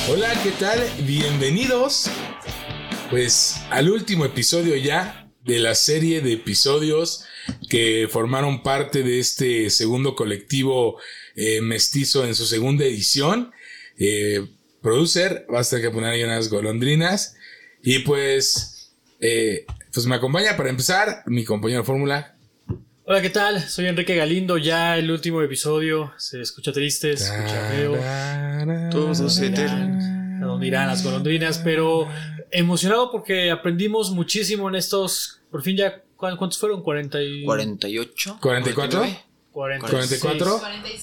Hola, ¿qué tal? Bienvenidos pues al último episodio ya de la serie de episodios que formaron parte de este segundo colectivo mestizo en su segunda edición. Producer, basta que poner ahí unas golondrinas. Y pues me acompaña para empezar mi compañero de fórmula. Hola, ¿qué tal? Soy Enrique Galindo. Ya el último episodio. Se escucha triste, se escucha feo. Todos se a dónde irán las golondrinas. Pero emocionado porque aprendimos muchísimo en estos. Por fin ya. ¿Cuántos fueron? 48. ¿44? 44.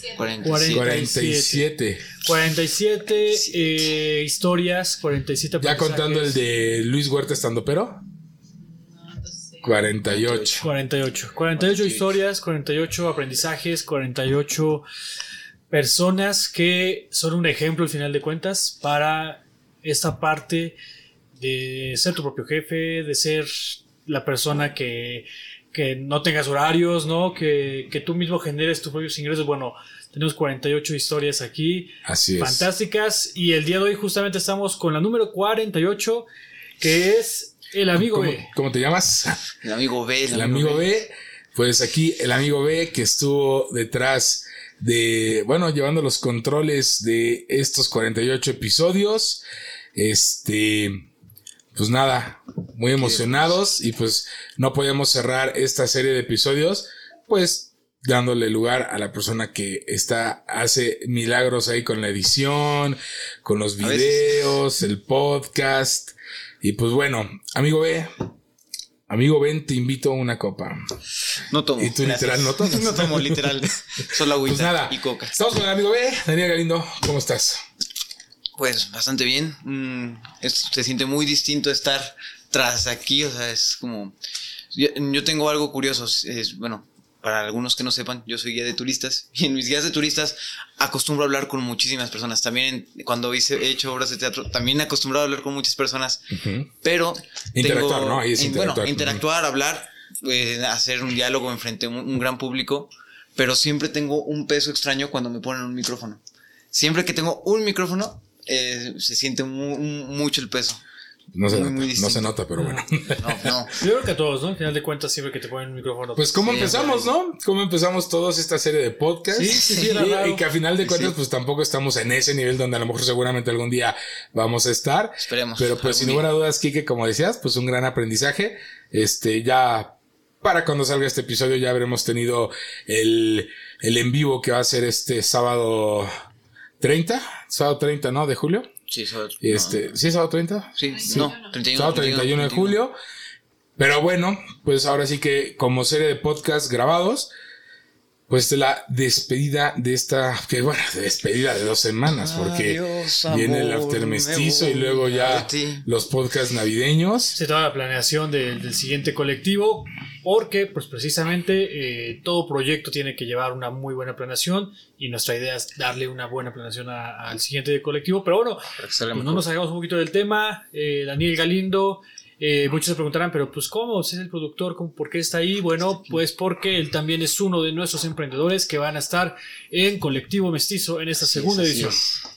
47 historias, 47 ya contando el de Luis Huerta Estandopero. 48 historias, 48 aprendizajes, 48 personas que son un ejemplo al final de cuentas para esta parte de ser tu propio jefe, de ser la persona que no tengas horarios, ¿no? Que tú mismo generes tus propios ingresos. Bueno, tenemos 48 historias aquí. Así es. Fantásticas. Y el día de hoy justamente estamos con la número 48, que es el amigo B. ¿Cómo te llamas? El amigo B. El amigo B. Pues aquí el amigo B que estuvo detrás de, llevando los controles de estos 48 episodios. Pues nada, muy emocionados y pues no podíamos cerrar esta serie de episodios pues dándole lugar a la persona que hace milagros ahí con la edición, con los videos, el podcast. Y pues bueno, amigo B, te invito a una copa. No tomo. ¿Y tú gracias. Literal no tomas? No tomo, literal. Solo agüita pues nada, y coca. Estamos con el amigo B, Daniel Galindo. ¿Cómo estás? Pues bastante bien. Se siente muy distinto estar tras aquí. O sea, es como... Yo tengo algo curioso. Para algunos que no sepan, yo soy guía de turistas. Y en mis guías de turistas acostumbro a hablar con muchísimas personas. También cuando he hecho obras de teatro, también he acostumbrado a hablar con muchas personas. Uh-huh. Pero interactuar, ¿no? Ahí es interactuar. Interactuar, hablar, hacer un diálogo enfrente a un gran público. Pero siempre tengo un peso extraño cuando me ponen un micrófono. Siempre que tengo un micrófono, se siente mucho el peso. No se nota, pero bueno. No. Yo creo que a todos, ¿no? Al final de cuentas, siempre que te ponen un micrófono. Pues cómo empezamos, ¿no? Cómo empezamos todos esta serie de podcasts. Sí, y que a final de cuentas, pues tampoco estamos en ese nivel donde a lo mejor seguramente algún día vamos a estar. Esperemos. Pero pues sin lugar a dudas, Kike, como decías, pues un gran aprendizaje. Ya para cuando salga este episodio ya habremos tenido el en vivo que va a ser este sábado 30, ¿no? De julio. Sí, sábado. ¿Sí es sábado 30? Sí. 31. Sábado 31 de julio. Pero bueno, pues ahora sí que como serie de podcasts grabados, pues la despedida de despedida de 2 semanas, porque adiós, viene el after mestizo y luego ya los podcasts navideños. Se toda la planeación del siguiente colectivo, porque pues precisamente todo proyecto tiene que llevar una muy buena planeación y nuestra idea es darle una buena planeación al siguiente colectivo. Pero bueno, pues no nos hagamos un poquito del tema. Daniel Galindo, muchos se preguntarán, pero pues ¿cómo? ¿Es el productor? ¿Por qué está ahí? Bueno, pues porque él también es uno de nuestros emprendedores que van a estar en Colectivo Mestizo en esta segunda edición.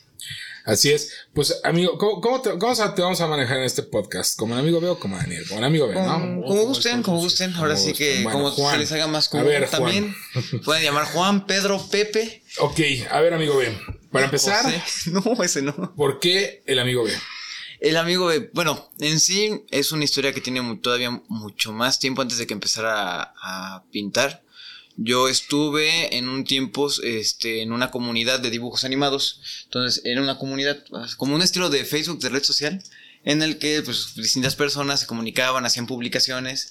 Así es. Pues, amigo, ¿cómo te vamos a manejar en este podcast? ¿Como un amigo B o como Daniel? Como un amigo B, ¿no? Como gusten. Ahora sí que como Juan, se les haga más cómodo. También pueden llamar Juan, Pedro, Pepe. Ok, a ver, amigo B. Para empezar... José. No, ese no. ¿Por qué el amigo B? El amigo B, en sí es una historia que tiene todavía mucho más tiempo antes de que empezara a pintar. Yo estuve en un tiempo en una comunidad de dibujos animados. Entonces era una comunidad como un estilo de Facebook, de red social, en el que pues distintas personas se comunicaban, hacían publicaciones.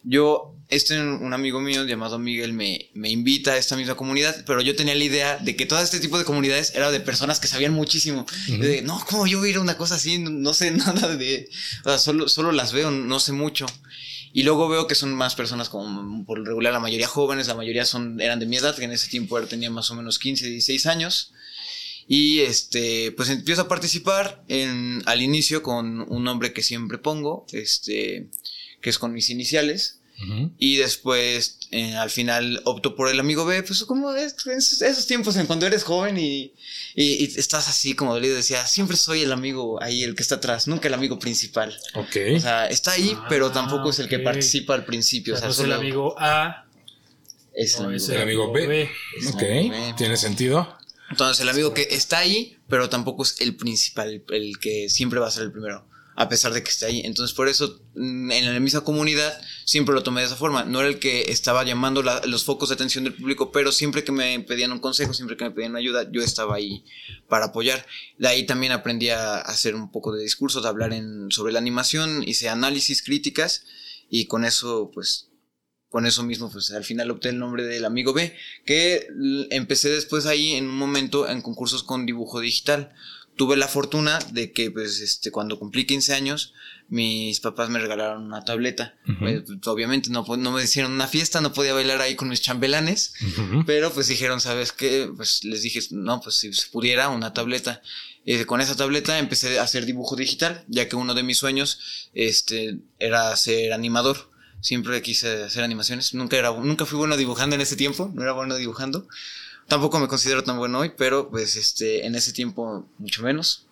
Un amigo mío llamado Miguel me invita a esta misma comunidad, pero yo tenía la idea de que todo este tipo de comunidades era de personas que sabían muchísimo. Uh-huh. De, no, ¿cómo yo voy a ir a una cosa así? No sé nada solo las veo, no sé mucho. Y luego veo que son más personas como por regular la mayoría jóvenes, la mayoría eran de mi edad, que en ese tiempo tenía más o menos 15, 16 años. Y pues empiezo a participar al inicio con un nombre que siempre pongo, que es con mis iniciales. Y después, al final, opto por el amigo B. Pues como esos tiempos en cuando eres joven y estás así como dolido. Decía, siempre soy el amigo ahí, el que está atrás, nunca el amigo principal. Ok. O sea, está ahí, pero tampoco es el que participa al principio. O sea, no es solo el amigo A. es No, el El amigo B. Ok, tiene sentido. Entonces, el amigo que está ahí, pero tampoco es el principal, el que siempre va a ser el primero, a pesar de que esté ahí. Entonces, por eso, en la misma comunidad, siempre lo tomé de esa forma. No era el que estaba llamando los focos de atención del público, pero siempre que me pedían un consejo, siempre que me pedían ayuda, yo estaba ahí para apoyar. De ahí también aprendí a hacer un poco de discurso, de hablar sobre la animación, hice análisis, críticas, y con eso, pues... Con eso mismo, pues al final opté el nombre del amigo B, que empecé después ahí en un momento en concursos con dibujo digital. Tuve la fortuna de que, pues, cuando cumplí 15 años, mis papás me regalaron una tableta. Pues, obviamente no me hicieron una fiesta, no podía bailar ahí con mis chambelanes, pero pues dijeron, ¿sabes qué? Pues les dije, no, pues si se pudiera, una tableta. Con esa tableta empecé a hacer dibujo digital, ya que uno de mis sueños, era ser animador. Siempre quise hacer animaciones. Nunca fui bueno dibujando en ese tiempo. No era bueno dibujando. Tampoco me considero tan bueno hoy, pero pues en ese tiempo mucho menos.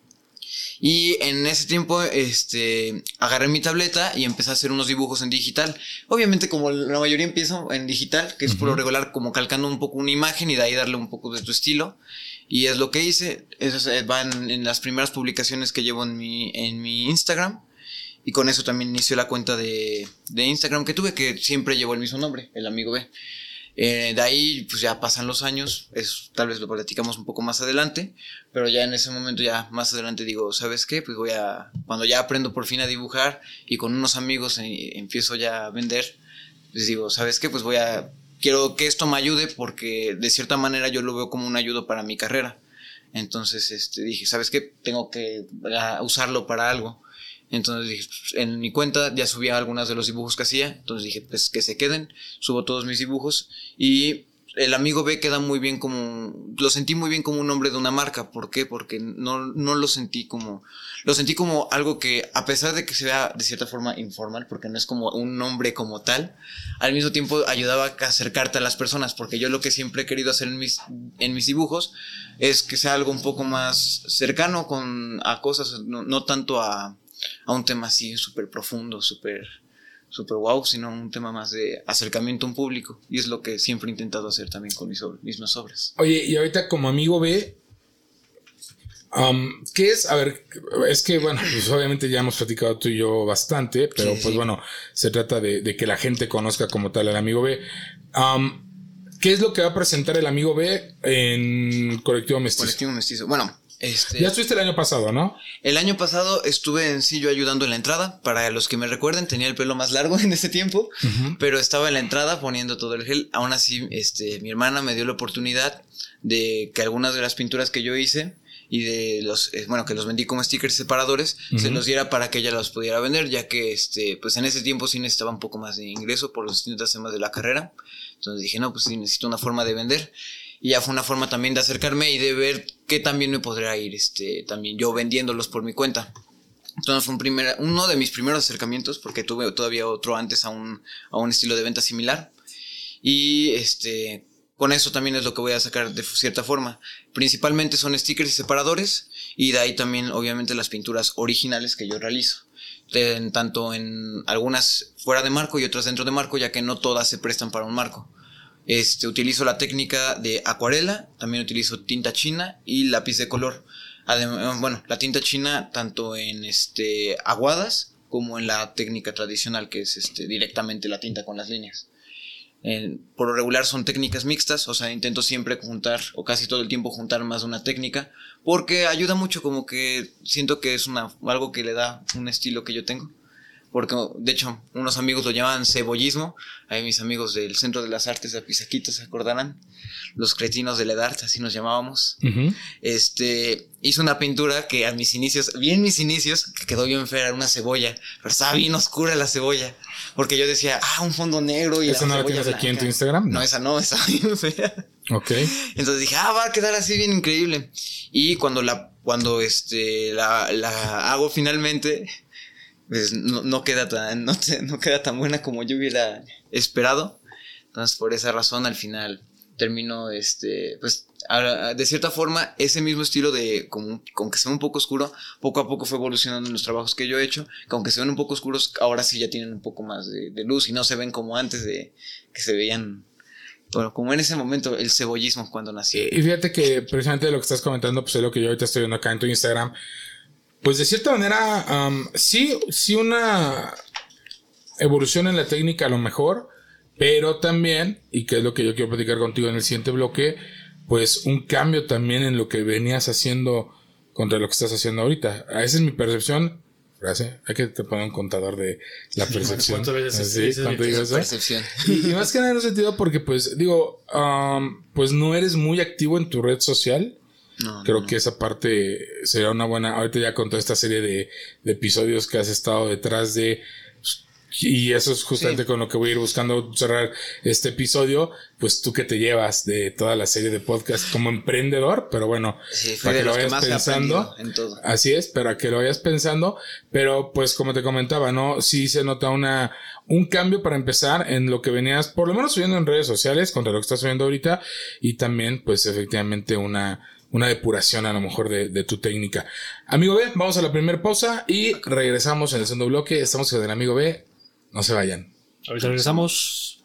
Y en ese tiempo agarré mi tableta y empecé a hacer unos dibujos en digital. Obviamente, como la mayoría empiezo en digital, que es por lo regular como calcando un poco una imagen y de ahí darle un poco de tu estilo. Y es lo que hice. Eso va en las primeras publicaciones que llevo en mi Instagram. Y con eso también inició la cuenta de Instagram que tuve, que siempre llevó el mismo nombre, el amigo B. De ahí, pues ya pasan los años, tal vez lo platicamos un poco más adelante, pero ya en ese momento, ya más adelante digo, ¿sabes qué? Pues cuando ya aprendo por fin a dibujar y con unos amigos empiezo ya a vender, les digo, ¿sabes qué? Pues quiero que esto me ayude porque de cierta manera yo lo veo como una ayuda para mi carrera. Entonces, dije, ¿sabes qué? Tengo que usarlo para algo. Entonces dije, en mi cuenta ya subía algunos de los dibujos que hacía. Entonces dije, pues que se queden. Subo todos mis dibujos. Y el amigo B queda muy bien lo sentí muy bien como un nombre de una marca. ¿Por qué? Porque no lo sentí como... Lo sentí como algo que, a pesar de que se vea de cierta forma informal, porque no es como un nombre como tal, al mismo tiempo ayudaba a acercarte a las personas. Porque yo lo que siempre he querido hacer en mis dibujos es que sea algo un poco más cercano a cosas, no tanto a un tema así súper profundo, súper wow, sino un tema más de acercamiento a un público. Y es lo que siempre he intentado hacer también con mis mismas obras. Oye, y ahorita como amigo B, ¿qué es? A ver, es que bueno, pues obviamente ya hemos platicado tú y yo bastante, pero sí, pues bueno, se trata de que la gente conozca como tal al amigo B. ¿Qué es lo que va a presentar el amigo B en Colectivo Mestizo? Colectivo Mestizo, bueno... Ya estuviste el año pasado, ¿no? El año pasado estuve en sí yo ayudando en la entrada. Para los que me recuerden, tenía el pelo más largo en ese tiempo, pero estaba en la entrada poniendo todo el gel. Aún así, mi hermana me dio la oportunidad de que algunas de las pinturas que yo hice y de que los vendí como stickers separadores, se los diera para que ella los pudiera vender, ya que pues en ese tiempo sí necesitaba un poco más de ingreso por los distintos temas de la carrera. Entonces dije, no, pues sí necesito una forma de vender. Y ya fue una forma también de acercarme y de ver qué también me podría ir también yo vendiéndolos por mi cuenta. Entonces fue uno de mis primeros acercamientos, porque tuve todavía otro antes a un estilo de venta similar. Y con eso también es lo que voy a sacar de cierta forma. Principalmente son stickers y separadores, y de ahí también obviamente las pinturas originales que yo realizo. Tanto en algunas fuera de marco y otras dentro de marco, ya que no todas se prestan para un marco. Utilizo la técnica de acuarela, también utilizo tinta china y lápiz de color. Además, bueno, la tinta china tanto en aguadas como en la técnica tradicional, que es directamente la tinta con las líneas. Por lo regular son técnicas mixtas, o sea, intento siempre juntar, o casi todo el tiempo juntar más de una técnica, porque ayuda mucho, como que siento que es algo que le da un estilo que yo tengo. Porque, de hecho, unos amigos lo llaman cebollismo. Ahí mis amigos del Centro de las Artes de Apizaquito se acordarán. Los cretinos de la edad, así nos llamábamos. Hice una pintura que bien mis inicios, que quedó bien fea, era una cebolla. Pero estaba bien oscura la cebolla. Porque yo decía, un fondo negro y ¿Esa no la tienes blanca aquí en tu Instagram? No, esa no, estaba bien fea. Ok. Entonces dije, va a quedar así bien increíble. Y cuando la hago finalmente... pues no queda tan buena como yo hubiera esperado. Entonces, por esa razón, al final termino, pues, ahora, de cierta forma, ese mismo estilo de, con que se ve un poco oscuro, poco a poco fue evolucionando en los trabajos que yo he hecho, que aunque se ven un poco oscuros, ahora sí ya tienen un poco más de luz y no se ven como antes de que se veían, bueno, como en ese momento, el cebollismo cuando nació. Y fíjate que precisamente lo que estás comentando, pues es lo que yo ahorita estoy viendo acá en tu Instagram. Pues de cierta manera, sí una evolución en la técnica a lo mejor, pero también, y que es lo que yo quiero platicar contigo en el siguiente bloque, pues un cambio también en lo que venías haciendo contra lo que estás haciendo ahorita. Esa es mi percepción. Gracias. Hay que te poner un contador de la percepción. ¿Cuántas veces ¿Sí? ¿Cuánto digo eso? Percepción. Y más que nada en ese sentido porque pues digo, pues no eres muy activo en tu red social. Creo que esa parte sería una buena. Ahorita ya con toda esta serie de episodios que has estado detrás de, y eso es justamente con lo que voy a ir buscando cerrar este episodio. Pues tú que te llevas de toda la serie de podcast como emprendedor, pero bueno, sí, para que lo vayas que pensando en todo. Así es, para que lo vayas pensando. Pero pues como te comentaba, ¿no? Sí se nota un cambio para empezar en lo que venías por lo menos subiendo en redes sociales contra lo que estás subiendo ahorita, y también pues efectivamente una depuración a lo mejor de tu técnica. Amigo B, vamos a la primera pausa y regresamos en el segundo bloque. Estamos con el amigo B. No se vayan. Ahorita regresamos.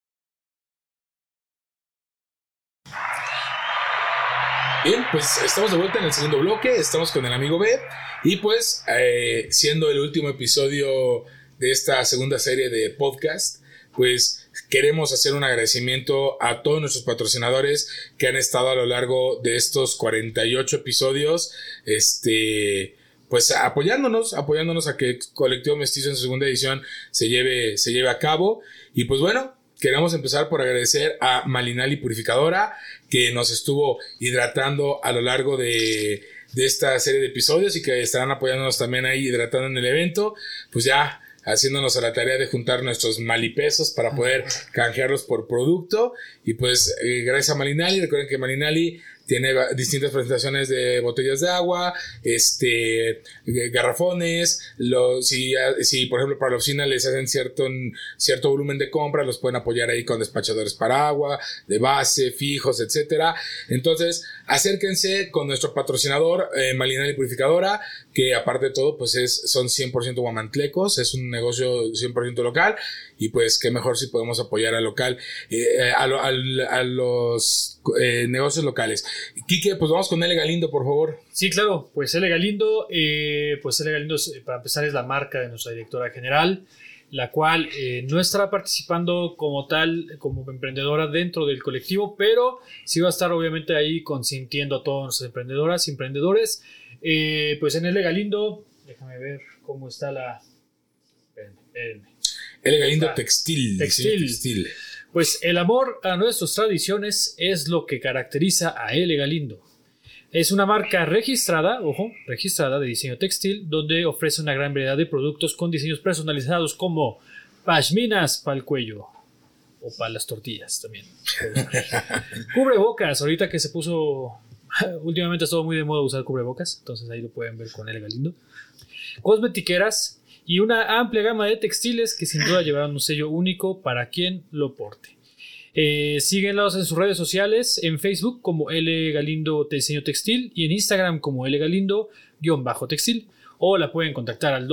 Bien, pues estamos de vuelta en el segundo bloque. Estamos con el amigo B. Y pues, siendo el último episodio de esta segunda serie de podcast, pues queremos hacer un agradecimiento a todos nuestros patrocinadores que han estado a lo largo de estos 48 episodios, pues apoyándonos a que Colectivo Mestizo en su segunda edición se lleve a cabo. Y pues bueno, queremos empezar por agradecer a Malinali Purificadora, que nos estuvo hidratando a lo largo de esta serie de episodios y que estarán apoyándonos también ahí hidratando en el evento. Pues ya haciéndonos a la tarea de juntar nuestros malipesos para poder canjearlos por producto. Y pues gracias a Malinali. Recuerden que Malinali tiene distintas presentaciones de botellas de agua, garrafones. Si por ejemplo para la oficina les hacen cierto volumen de compra, los pueden apoyar ahí con despachadores para agua, de base, fijos, etcétera. Entonces, acérquense con nuestro patrocinador, Malinali Purificadora, que aparte de todo, pues son 100% guamantlecos, es un negocio 100% local, y pues qué mejor si podemos apoyar al local, a los negocios locales. Quique, pues vamos con L. Galindo, por favor. Sí, claro, pues L. Galindo, para empezar, es la marca de nuestra directora general, la cual no estará participando como tal, como emprendedora dentro del colectivo, pero sí va a estar obviamente ahí consintiendo a todas nuestras emprendedoras y emprendedores. Pues en L. Galindo, déjame ver cómo está la... Espérenme. L. Galindo Textil. Textil. Pues el amor a nuestras tradiciones es lo que caracteriza a L. Galindo. Es una marca registrada de diseño textil, donde ofrece una gran variedad de productos con diseños personalizados como pashminas para el cuello o para las tortillas también. Cubrebocas, ahorita que se puso... Últimamente es todo muy de moda usar cubrebocas, entonces ahí lo pueden ver con L. Galindo. Cosmetiqueras y una amplia gama de textiles que sin duda llevarán un sello único para quien lo porte. Síguenlos en sus redes sociales, en Facebook como L. Galindo Diseño Textil y en Instagram como L. Galindo_textil, o la pueden contactar al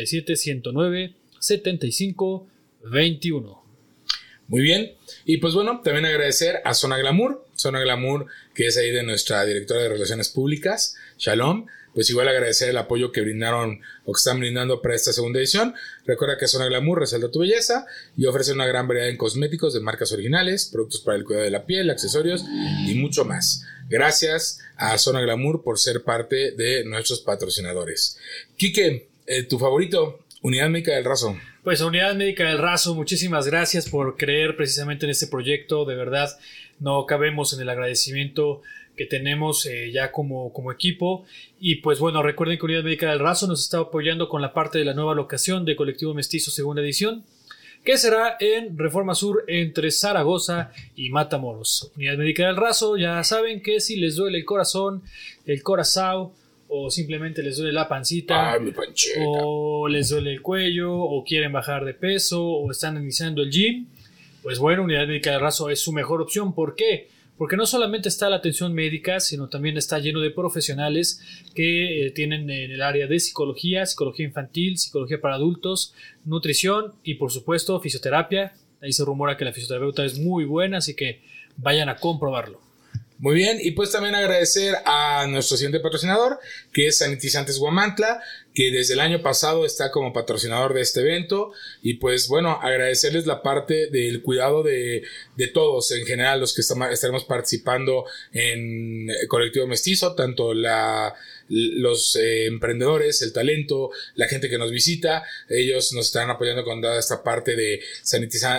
247-109-7521. Muy bien, y pues bueno, también agradecer a Zona Glamour, que es ahí de nuestra directora de Relaciones Públicas, Shalom. Pues igual agradecer el apoyo que brindaron o que están brindando para esta segunda edición. Recuerda que Zona Glamour resalta tu belleza y ofrece una gran variedad en cosméticos de marcas originales, productos para el cuidado de la piel, accesorios y mucho más. Gracias a Zona Glamour por ser parte de nuestros patrocinadores. Quique, tu favorito, Unidad Médica del Raso. Pues Unidad Médica del Raso, muchísimas gracias por creer precisamente en este proyecto. De verdad, no cabemos en el agradecimiento que tenemos ya como equipo. Y pues bueno, recuerden que Unidad Médica del Raso nos está apoyando con la parte de la nueva locación de Colectivo Mestizo segunda edición, que será en Reforma Sur entre Zaragoza y Matamoros. Unidad Médica del Raso, ya saben que si les duele el corazón, el corazón o simplemente les duele la pancita, mi pancheta, o les duele el cuello, o quieren bajar de peso, o están iniciando el gym, pues bueno, Unidad Médica del Razo es su mejor opción. ¿Por qué? Porque no solamente está la atención médica, sino también está lleno de profesionales que tienen en el área de psicología infantil, psicología para adultos, nutrición y por supuesto fisioterapia. Ahí se rumora que la fisioterapeuta es muy buena, así que vayan a comprobarlo. Muy bien, y pues también agradecer a nuestro siguiente patrocinador, que es Sanitizantes Huamantla, que desde el año pasado está como patrocinador de este evento. Y pues bueno, agradecerles la parte del cuidado de todos en general, los que estaremos participando en el Colectivo Mestizo, tanto los emprendedores, el talento, la gente que nos visita. Ellos nos están apoyando con toda esta parte de sanitizar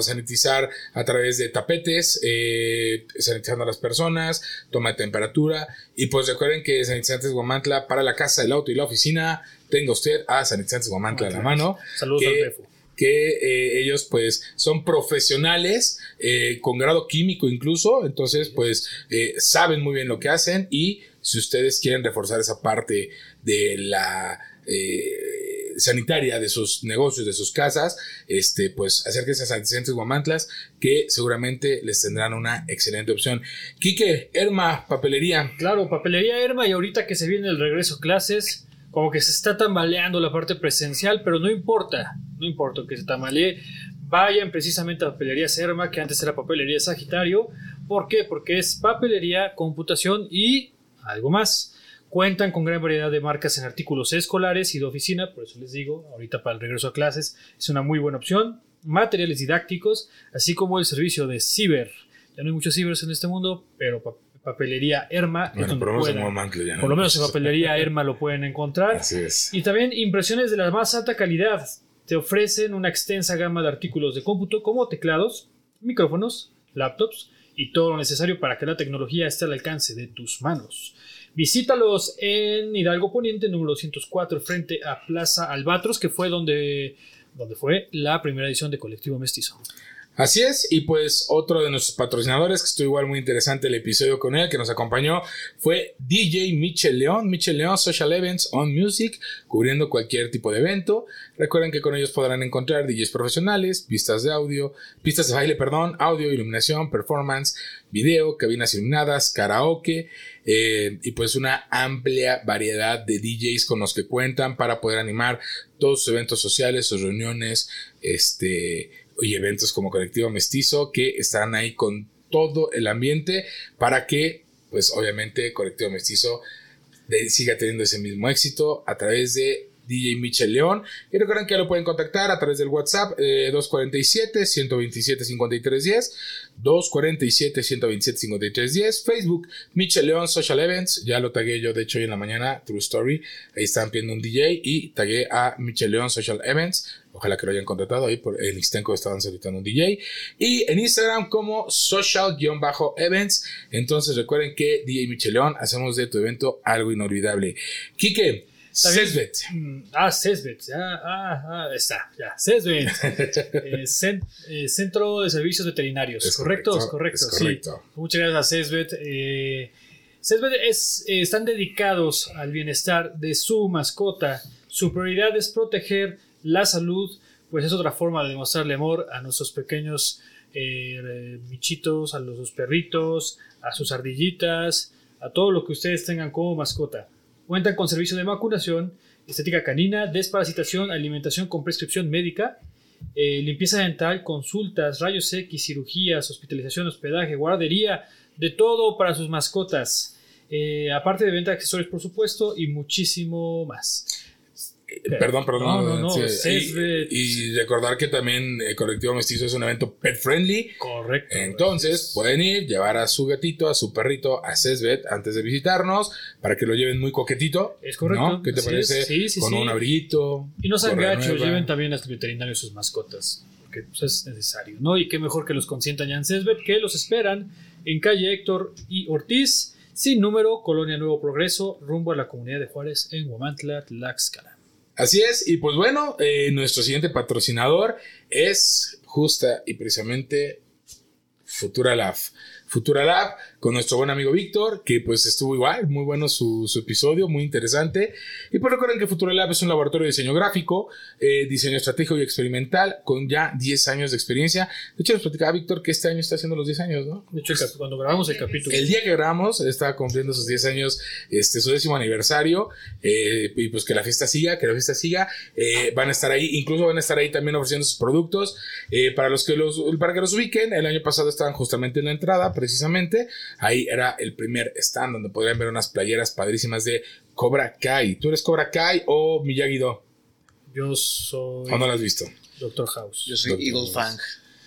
a través de tapetes, sanitizando a las personas, toma de temperatura. Y pues recuerden que Sanitizantes Huamantla, para la casa, el auto y la oficina, tenga usted a Sanitizantes Huamantla en la mano. Saludos al Refo. Que ellos pues son profesionales con grado químico incluso, entonces pues saben muy bien lo que hacen. Y si ustedes quieren reforzar esa parte de la sanitaria de sus negocios, de sus casas, pues acérquense a Sanitizantes Huamantlas, que seguramente les tendrán una excelente opción. Quique, Herma, papelería. Claro, papelería Herma, y ahorita que se viene el regreso a clases, como que se está tambaleando la parte presencial, pero no importa que se tambalee. Vayan precisamente a Papelería Herma, que antes era Papelería Sagitario. ¿Por qué? Porque es papelería, computación y algo más. Cuentan con gran variedad de marcas en artículos escolares y de oficina, por eso les digo, ahorita para el regreso a clases es una muy buena opción. Materiales didácticos, así como el servicio de ciber. Ya no hay muchos cibers en este mundo, pero Papelería Herma es donde por lo menos en Papelería Herma lo pueden encontrar. Así es. Y también impresiones de la más alta calidad. Te ofrecen una extensa gama de artículos de cómputo como teclados, micrófonos, laptops y todo lo necesario para que la tecnología esté al alcance de tus manos. Visítalos en Hidalgo Poniente, número 204, frente a Plaza Albatros, que fue donde fue la primera edición de Colectivo Mestizo. Así es, y pues otro de nuestros patrocinadores, que estuvo igual muy interesante el episodio con él, que nos acompañó, fue DJ Michel León. Michel León, Social Events on Music, cubriendo cualquier tipo de evento. Recuerden que con ellos podrán encontrar DJs profesionales, pistas de baile, audio, iluminación, performance, video, cabinas iluminadas, karaoke, y pues una amplia variedad de DJs con los que cuentan para poder animar todos sus eventos sociales, sus reuniones, y eventos como Colectivo Mestizo, que estarán ahí con todo el ambiente para que, pues obviamente, Colectivo Mestizo siga teniendo ese mismo éxito a través de DJ Michel León. Y recuerden que lo pueden contactar a través del WhatsApp 247-127-5310, 247-127-5310, Facebook Michel León Social Events. Ya lo tagué yo, de hecho, hoy en la mañana, True Story. Ahí están pidiendo un DJ y tagué a Michel León Social Events. Ojalá que lo hayan contratado ahí, en Ixtenco estaban solicitando un DJ. Y en Instagram como social-events. Entonces recuerden que DJ Michel León hacemos de tu evento algo inolvidable. Quique, Cesvet. Cesvet. Está. Cesvet. Centro de Servicios Veterinarios. Es correcto. Sí. Muchas gracias a Cesvet. Cesvet están dedicados al bienestar de su mascota. Su prioridad es proteger la salud, pues es otra forma de demostrarle amor a nuestros pequeños bichitos, a sus perritos, a sus ardillitas, a todo lo que ustedes tengan como mascota. Cuentan con servicio de vacunación, estética canina, desparasitación, alimentación con prescripción médica, limpieza dental, consultas, rayos X, cirugías, hospitalización, hospedaje, guardería, de todo para sus mascotas. Aparte de venta de accesorios, por supuesto, y muchísimo más. Perdón. No. Sí. Y recordar que también el Colectivo Mestizo es un evento pet friendly. Correcto. Entonces pueden llevar a su gatito, a su perrito a Cesvet antes de visitarnos para que lo lleven muy coquetito. Es correcto. ¿No? ¿Qué te parece? Sí. Con un abriguito. Y no sean gachos, lleven también al veterinario sus mascotas, porque pues, es necesario, ¿no? Y qué mejor que los consientan ya en Cesvet, que los esperan en calle Héctor y Ortiz, sin número, Colonia Nuevo Progreso, rumbo a la comunidad de Juárez en Huamantla, Tlaxcala. Así es, y pues bueno, nuestro siguiente patrocinador es justa y precisamente Futura Lab. Futura Lab con nuestro buen amigo Víctor, que pues estuvo igual, muy bueno su episodio, muy interesante. Y pues recuerden que Futura Lab es un laboratorio de diseño gráfico, diseño estratégico y experimental con ya 10 años de experiencia. De hecho, nos platicaba Víctor que este año está haciendo los 10 años, ¿no? De hecho, cuando grabamos el capítulo. El día que grabamos está cumpliendo sus 10 años, su 10º aniversario, y pues que la fiesta siga, van a estar ahí, incluso van a estar ahí también ofreciendo sus productos, para que los ubiquen. El año pasado estaban justamente en la entrada, precisamente, ahí era el primer stand donde podrían ver unas playeras padrísimas de Cobra Kai. ¿Tú eres Cobra Kai o Miyagi-Do? Yo soy... ¿O no lo has visto? Doctor House. Yo soy Eagle Fang.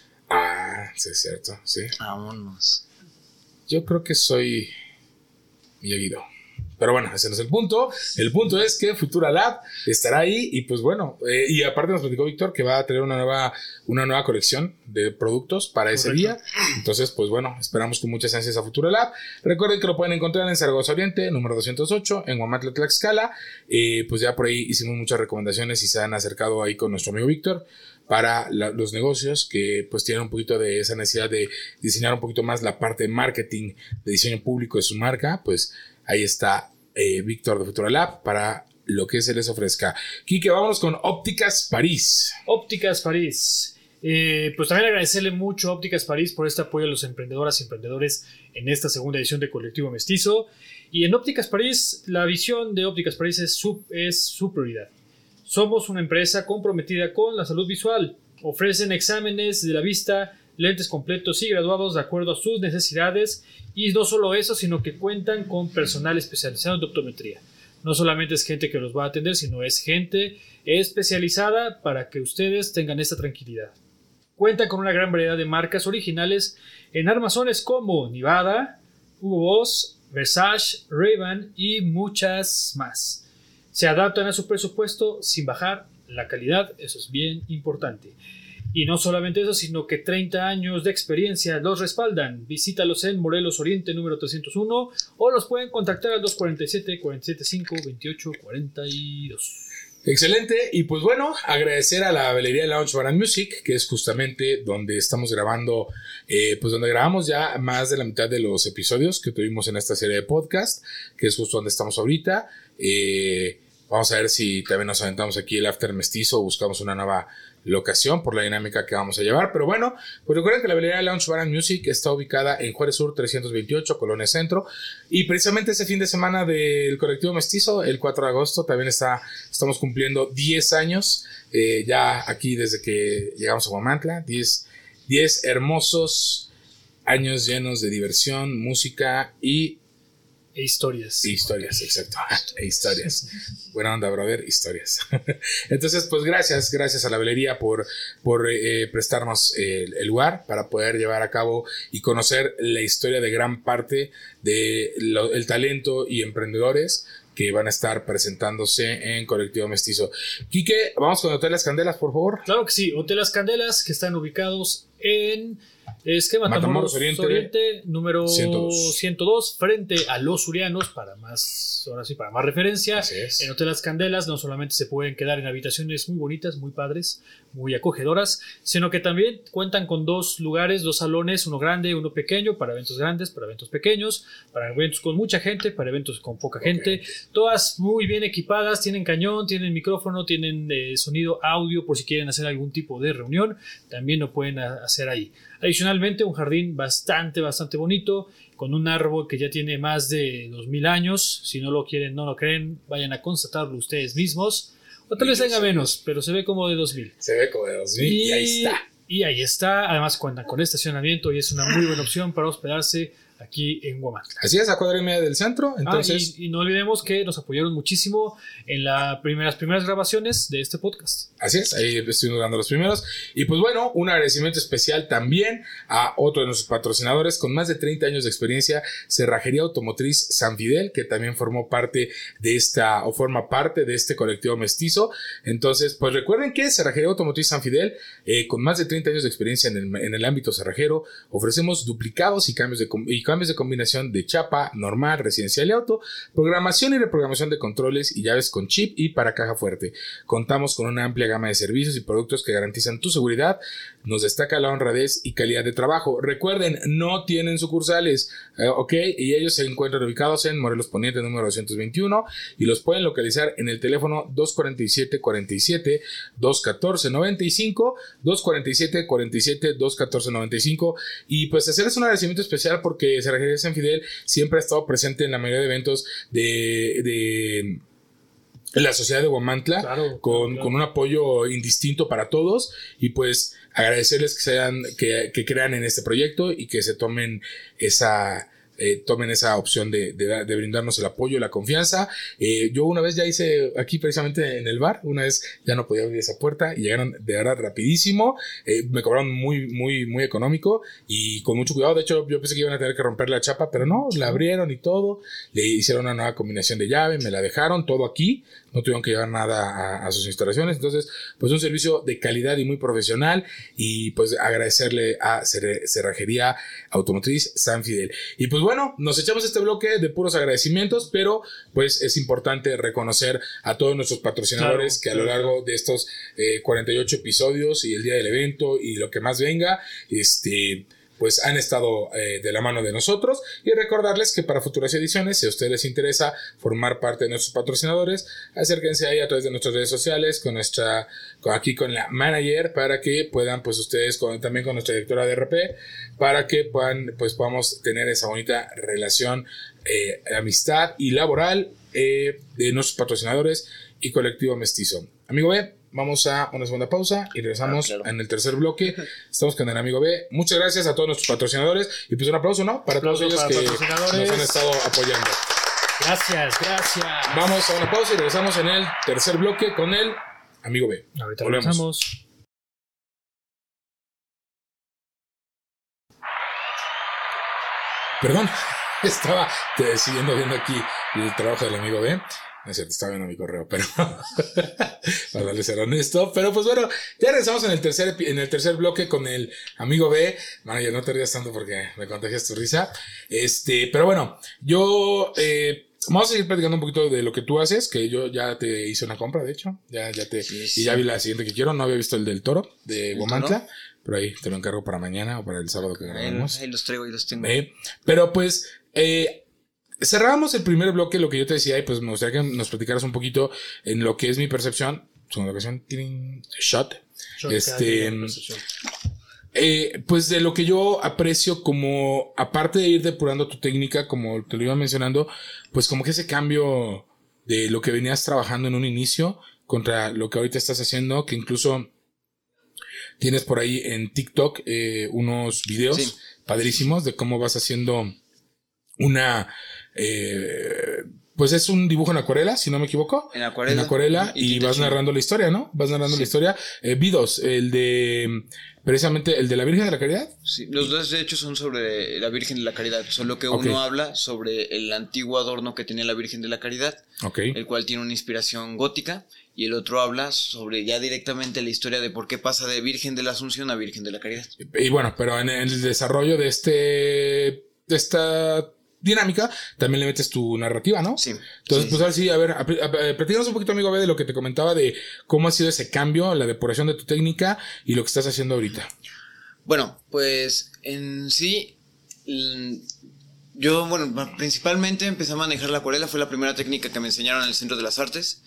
Ah, sí, es cierto, sí. Vámonos. Yo creo que soy Miyagi-Do. Pero bueno, ese no es el punto. El punto es que Futura Lab estará ahí y pues bueno, y aparte nos platicó Víctor que va a tener una nueva colección de productos para ese día. Entonces, pues bueno, esperamos con muchas ansias a Futura Lab. Recuerden que lo pueden encontrar en Zaragoza Oriente, número 208, en Huamantla, Tlaxcala. Pues ya por ahí hicimos muchas recomendaciones y se han acercado ahí con nuestro amigo Víctor para los negocios que pues tienen un poquito de esa necesidad de diseñar un poquito más la parte de marketing, de diseño público de su marca. Pues ahí está Víctor de Futura Lab para lo que se les ofrezca. Quique, vámonos con Ópticas París. Ópticas París. Pues también agradecerle mucho a Ópticas París por este apoyo a los emprendedoras y emprendedores en esta segunda edición de Colectivo Mestizo. Y en Ópticas París, la visión de Ópticas París es su prioridad. Somos una empresa comprometida con la salud visual. Ofrecen exámenes de la vista, lentes completos y graduados de acuerdo a sus necesidades. Y no solo eso, sino que cuentan con personal especializado en optometría. No solamente es gente que los va a atender, sino es gente especializada para que ustedes tengan esta tranquilidad. Cuentan con una gran variedad de marcas originales en armazones como Nivada, Hugo Boss, Versace, Ray-Ban y muchas más. Se adaptan a su presupuesto sin bajar la calidad, eso es bien importante. Y no solamente eso, sino que 30 años de experiencia los respaldan. Visítalos en Morelos Oriente número 301 o los pueden contactar al 247-475-2842. Excelente, y pues bueno, agradecer a la Velería Lounge Bar and Music, que es justamente donde estamos grabando, pues donde grabamos ya más de la mitad de los episodios que tuvimos en esta serie de podcast, que es justo donde estamos ahorita. Vamos a ver si también nos aventamos aquí el After Mestizo o buscamos una nueva locación por la dinámica que vamos a llevar. Pero bueno, pues recuerden que la Velería Lounge Bar and Music está ubicada en Juárez Sur 328, Colonia Centro, y precisamente ese fin de semana del Colectivo Mestizo, el 4 de agosto, también estamos cumpliendo 10 años, ya aquí desde que llegamos a Huamantla, 10 hermosos años llenos de diversión, música E historias. Historias, exacto. Historias. Buena onda, brother. Historias. Entonces, pues gracias a la velería por prestarnos el lugar para poder llevar a cabo y conocer la historia de gran parte del talento y emprendedores que van a estar presentándose en Colectivo Mestizo. Quique, vamos con Hotel Las Candelas, por favor. Claro que sí, Hotel Las Candelas, que están ubicados en Matamoros Oriente número 102, frente a Los Surianos, para más referencia. En Hotel Las Candelas no solamente se pueden quedar en habitaciones muy bonitas, muy padres, muy acogedoras, sino que también cuentan con 2 lugares, 2 salones, uno grande, uno pequeño, para eventos grandes, para eventos pequeños, para eventos con mucha gente, para eventos con poca gente, todas muy bien equipadas, tienen cañón, tienen micrófono, tienen sonido, audio, por si quieren hacer algún tipo de reunión, también lo pueden hacer ahí. Adicionalmente, un jardín bastante bonito, con un árbol que ya tiene más de 2000 años. Si no lo quieren, no lo creen, vayan a constatarlo ustedes mismos. O tal vez tenga menos, pero se ve como de 2000. Se ve como de 2000 y ahí está. Y ahí está. Además cuentan con estacionamiento y es una muy buena opción para hospedarse aquí en Huamantla. Así es, a cuadra y media del centro. Entonces... y no olvidemos que nos apoyaron muchísimo en las primeras grabaciones de este podcast. Así es, ahí estuvimos dando los primeros. Y pues bueno, un agradecimiento especial también a otro de nuestros patrocinadores con más de 30 años de experiencia, Cerrajería Automotriz San Fidel, que también forma parte de este Colectivo Mestizo. Entonces, pues recuerden que Cerrajería Automotriz San Fidel, con más de 30 años de experiencia en el ámbito cerrajero, ofrecemos duplicados y cambios cambios de combinación de chapa, normal, residencial y auto, programación y reprogramación de controles y llaves con chip y para caja fuerte. Contamos con una amplia gama de servicios y productos que garantizan tu seguridad. Nos destaca la honradez y calidad de trabajo. Recuerden, no tienen sucursales, ok, y ellos se encuentran ubicados en Morelos Poniente número 221 y los pueden localizar en el teléfono 247-47 214-95 247-47 214-95. Y pues hacerles un agradecimiento especial porque Cerrajería San Fidel siempre ha estado presente en la mayoría de eventos de la sociedad de Huamantla, claro. Con un apoyo indistinto para todos, y pues agradecerles que crean en este proyecto y que se tomen esa opción de brindarnos el apoyo y la confianza. Yo una vez ya hice aquí precisamente en el bar, una vez ya no podía abrir esa puerta y llegaron de verdad rapidísimo, me cobraron muy, muy, muy económico y con mucho cuidado. De hecho, yo pensé que iban a tener que romper la chapa, pero no, la abrieron y todo, le hicieron una nueva combinación de llave, me la dejaron todo aquí, no tuvieron que llevar nada a sus instalaciones. Entonces, pues un servicio de calidad y muy profesional, y pues agradecerle a Cerrajería Automotriz San Fidel. Y pues bueno, nos echamos este bloque de puros agradecimientos, pero pues es importante reconocer a todos nuestros patrocinadores, claro, que a lo largo de estos 48 episodios y el día del evento y lo que más venga, pues han estado de la mano de nosotros, y recordarles que para futuras ediciones, si a ustedes les interesa formar parte de nuestros patrocinadores, acérquense ahí a través de nuestras redes sociales aquí con la manager, para que puedan pues ustedes también con nuestra directora de RP, para que podamos tener esa bonita relación de amistad y laboral de nuestros patrocinadores y Colectivo Mestizo. Amigo B, vamos a una segunda pausa y regresamos en el tercer bloque. Estamos con el amigo B. Muchas gracias a todos nuestros patrocinadores y pues un aplauso, ¿no? Para todos ellos que nos han estado apoyando. Gracias. Vamos a una pausa y regresamos en el tercer bloque con el amigo B. Ahorita volvemos. Perdón, estaba siguiendo viendo aquí el trabajo del amigo B. No es cierto, estaba viendo mi correo, pero para darle ser honesto. Pero pues bueno, ya regresamos en el tercer bloque con el amigo B. Manager, no te rías tanto porque me contagias tu risa. Pero bueno, yo vamos a seguir platicando un poquito de lo que tú haces, que yo ya te hice una compra, de hecho. Y ya vi la siguiente que quiero. No había visto el del toro de Huamantla, pero ahí te lo encargo para mañana o para el sábado que grabamos. Ahí los traigo y los tengo. Pero pues cerramos el primer bloque, lo que yo te decía, y pues me gustaría que nos platicaras un poquito en lo que es mi percepción. Segunda ocasión, shot. Pues de lo que yo aprecio, como aparte de ir depurando tu técnica, como te lo iba mencionando, pues como que ese cambio de lo que venías trabajando en un inicio contra lo que ahorita estás haciendo, que incluso tienes por ahí en TikTok unos videos padrísimos de cómo vas haciendo pues es un dibujo en acuarela, si no me equivoco. En acuarela y vas narrando la historia, ¿no? Vas narrando la historia. Vidos, precisamente el de la Virgen de la Caridad. Sí, los dos de hecho son sobre la Virgen de la Caridad, solo que uno habla sobre el antiguo adorno que tenía la Virgen de la Caridad, el cual tiene una inspiración gótica, y el otro habla sobre ya directamente la historia de por qué pasa de Virgen de la Asunción a Virgen de la Caridad. Y bueno, pero en el desarrollo de esta dinámica, también le metes tu narrativa, ¿no? Sí. Entonces, pues ahora sí, a ver, platícanos un poquito, amigo B, de lo que te comentaba de cómo ha sido ese cambio, la depuración de tu técnica y lo que estás haciendo ahorita. Bueno, pues en sí, yo, principalmente empecé a manejar la acuarela, fue la primera técnica que me enseñaron en el Centro de las Artes.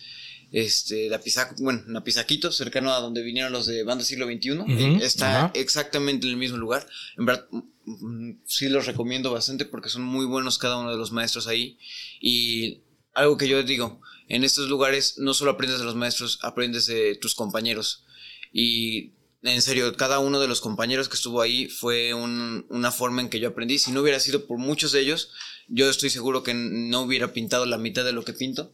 La Pisaquito, cercano a donde vinieron los de Banda Siglo XXI, está exactamente en el mismo lugar. En verdad, sí los recomiendo bastante porque son muy buenos cada uno de los maestros ahí. Y algo que yo digo, en estos lugares no solo aprendes de los maestros, aprendes de tus compañeros. Y en serio, cada uno de los compañeros que estuvo ahí fue una forma en que yo aprendí. Si no hubiera sido por muchos de ellos, yo estoy seguro que no hubiera pintado la mitad de lo que pinto.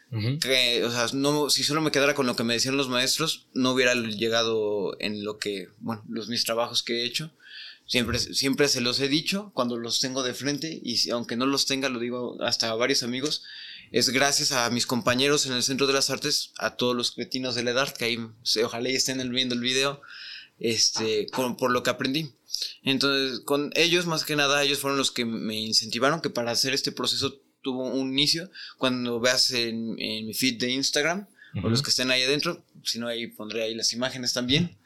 Si solo me quedara con lo que me decían los maestros, no hubiera llegado en lo que, mis trabajos que he hecho. Siempre se los he dicho cuando los tengo de frente, y aunque no los tenga, lo digo hasta a varios amigos, es gracias a mis compañeros en el Centro de las Artes, a todos los cretinos de la edad, que ahí ojalá y estén viendo el video, por lo que aprendí. Entonces, con ellos, más que nada, ellos fueron los que me incentivaron, que para hacer este proceso tuvo un inicio. Cuando veas en mi feed de Instagram, o los que estén ahí adentro, si no, ahí pondré ahí las imágenes también.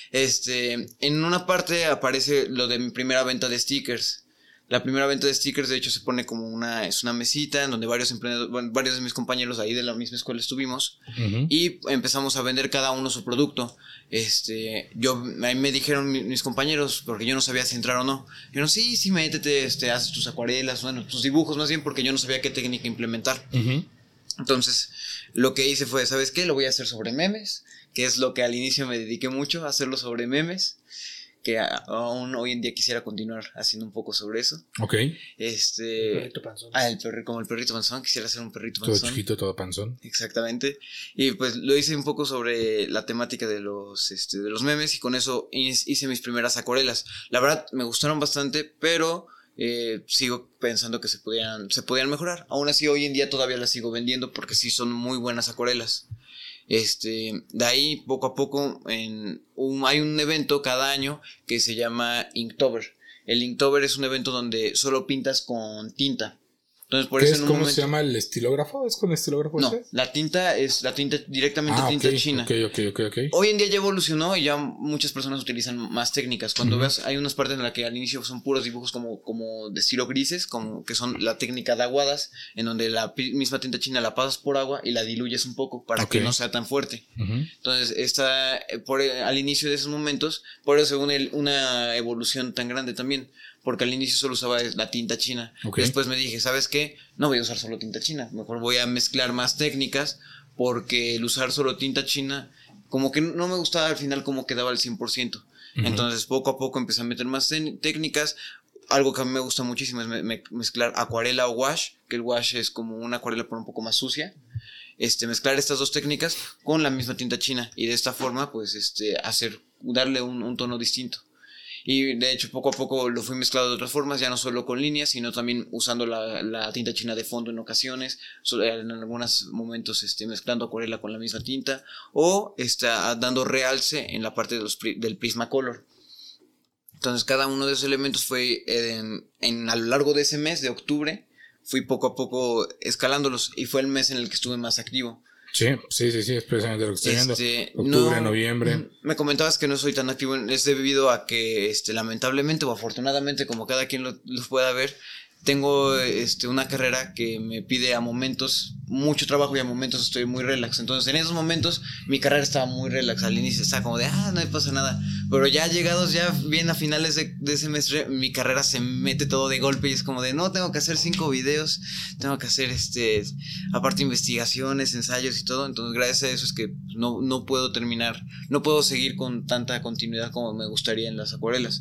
En una parte aparece lo de mi primera venta de stickers. La primera venta de stickers, de hecho, se pone como es una mesita en donde varios emprendedores, bueno, varios de mis compañeros ahí de la misma escuela estuvimos, y empezamos a vender cada uno su producto. Ahí me dijeron mis compañeros, porque yo no sabía si entrar o no. Dijeron, sí, métete, haces tus acuarelas, bueno, tus dibujos más bien, porque yo no sabía qué técnica implementar. Entonces, lo que hice fue, ¿sabes qué? Lo voy a hacer sobre memes, que es lo que al inicio me dediqué mucho, a hacerlo sobre memes, que aún hoy en día quisiera continuar haciendo un poco sobre eso. Ok. El perrito panzón. Como el perrito panzón, quisiera hacer un perrito panzón. Todo chiquito, todo panzón. Exactamente. Y pues lo hice un poco sobre la temática de los memes, y con eso hice mis primeras acuarelas. La verdad, me gustaron bastante, pero sigo pensando que se podían mejorar. Aún así, hoy en día todavía las sigo vendiendo porque sí son muy buenas acuarelas. De ahí poco a poco hay un evento cada año que se llama Inktober. El Inktober es un evento donde solo pintas con tinta. Entonces, por eso ¿Cómo se llama el estilógrafo? ¿Es con estilógrafo? No, la tinta es directamente tinta china. Ok. Hoy en día ya evolucionó y ya muchas personas utilizan más técnicas. Cuando veas, hay unas partes en las que al inicio son puros dibujos como de estilo grises, como que son la técnica de aguadas, en donde la misma tinta china la pasas por agua y la diluyes un poco para que no sea tan fuerte. Entonces, al inicio de esos momentos, por eso una evolución tan grande también. Porque al inicio solo usaba la tinta china. Después me dije, ¿sabes qué? No voy a usar solo tinta china. Mejor voy a mezclar más técnicas. Porque el usar solo tinta china, como que no me gustaba al final cómo quedaba al 100%. Entonces poco a poco empecé a meter más técnicas. Algo que a mí me gusta muchísimo es mezclar acuarela o wash. Que el wash es como una acuarela pero un poco más sucia. Mezclar estas dos técnicas con la misma tinta china. Y de esta forma, pues, darle un tono distinto. Y de hecho poco a poco lo fui mezclado de otras formas, ya no solo con líneas, sino también usando la tinta china de fondo en ocasiones, en algunos momentos mezclando acuarela con la misma tinta, o dando realce en la parte del Prismacolor. Entonces cada uno de esos elementos fue a lo largo de ese mes de octubre, fui poco a poco escalándolos, y fue el mes en el que estuve más activo. Sí, es precisamente lo que estoy viendo. Octubre, noviembre. Me comentabas que no soy tan activo, es debido a que lamentablemente o afortunadamente, como cada quien lo pueda ver, tengo una carrera que me pide a momentos mucho trabajo y a momentos estoy muy relax. Entonces en esos momentos mi carrera estaba muy relax. Al inicio estaba como de no pasa nada, pero ya llegados ya bien a finales de semestre, mi carrera se mete todo de golpe y es como de no, tengo que hacer 5 videos, tengo que hacer aparte investigaciones, ensayos y todo. Entonces gracias a eso es que no puedo terminar, no puedo seguir con tanta continuidad como me gustaría en las acuarelas.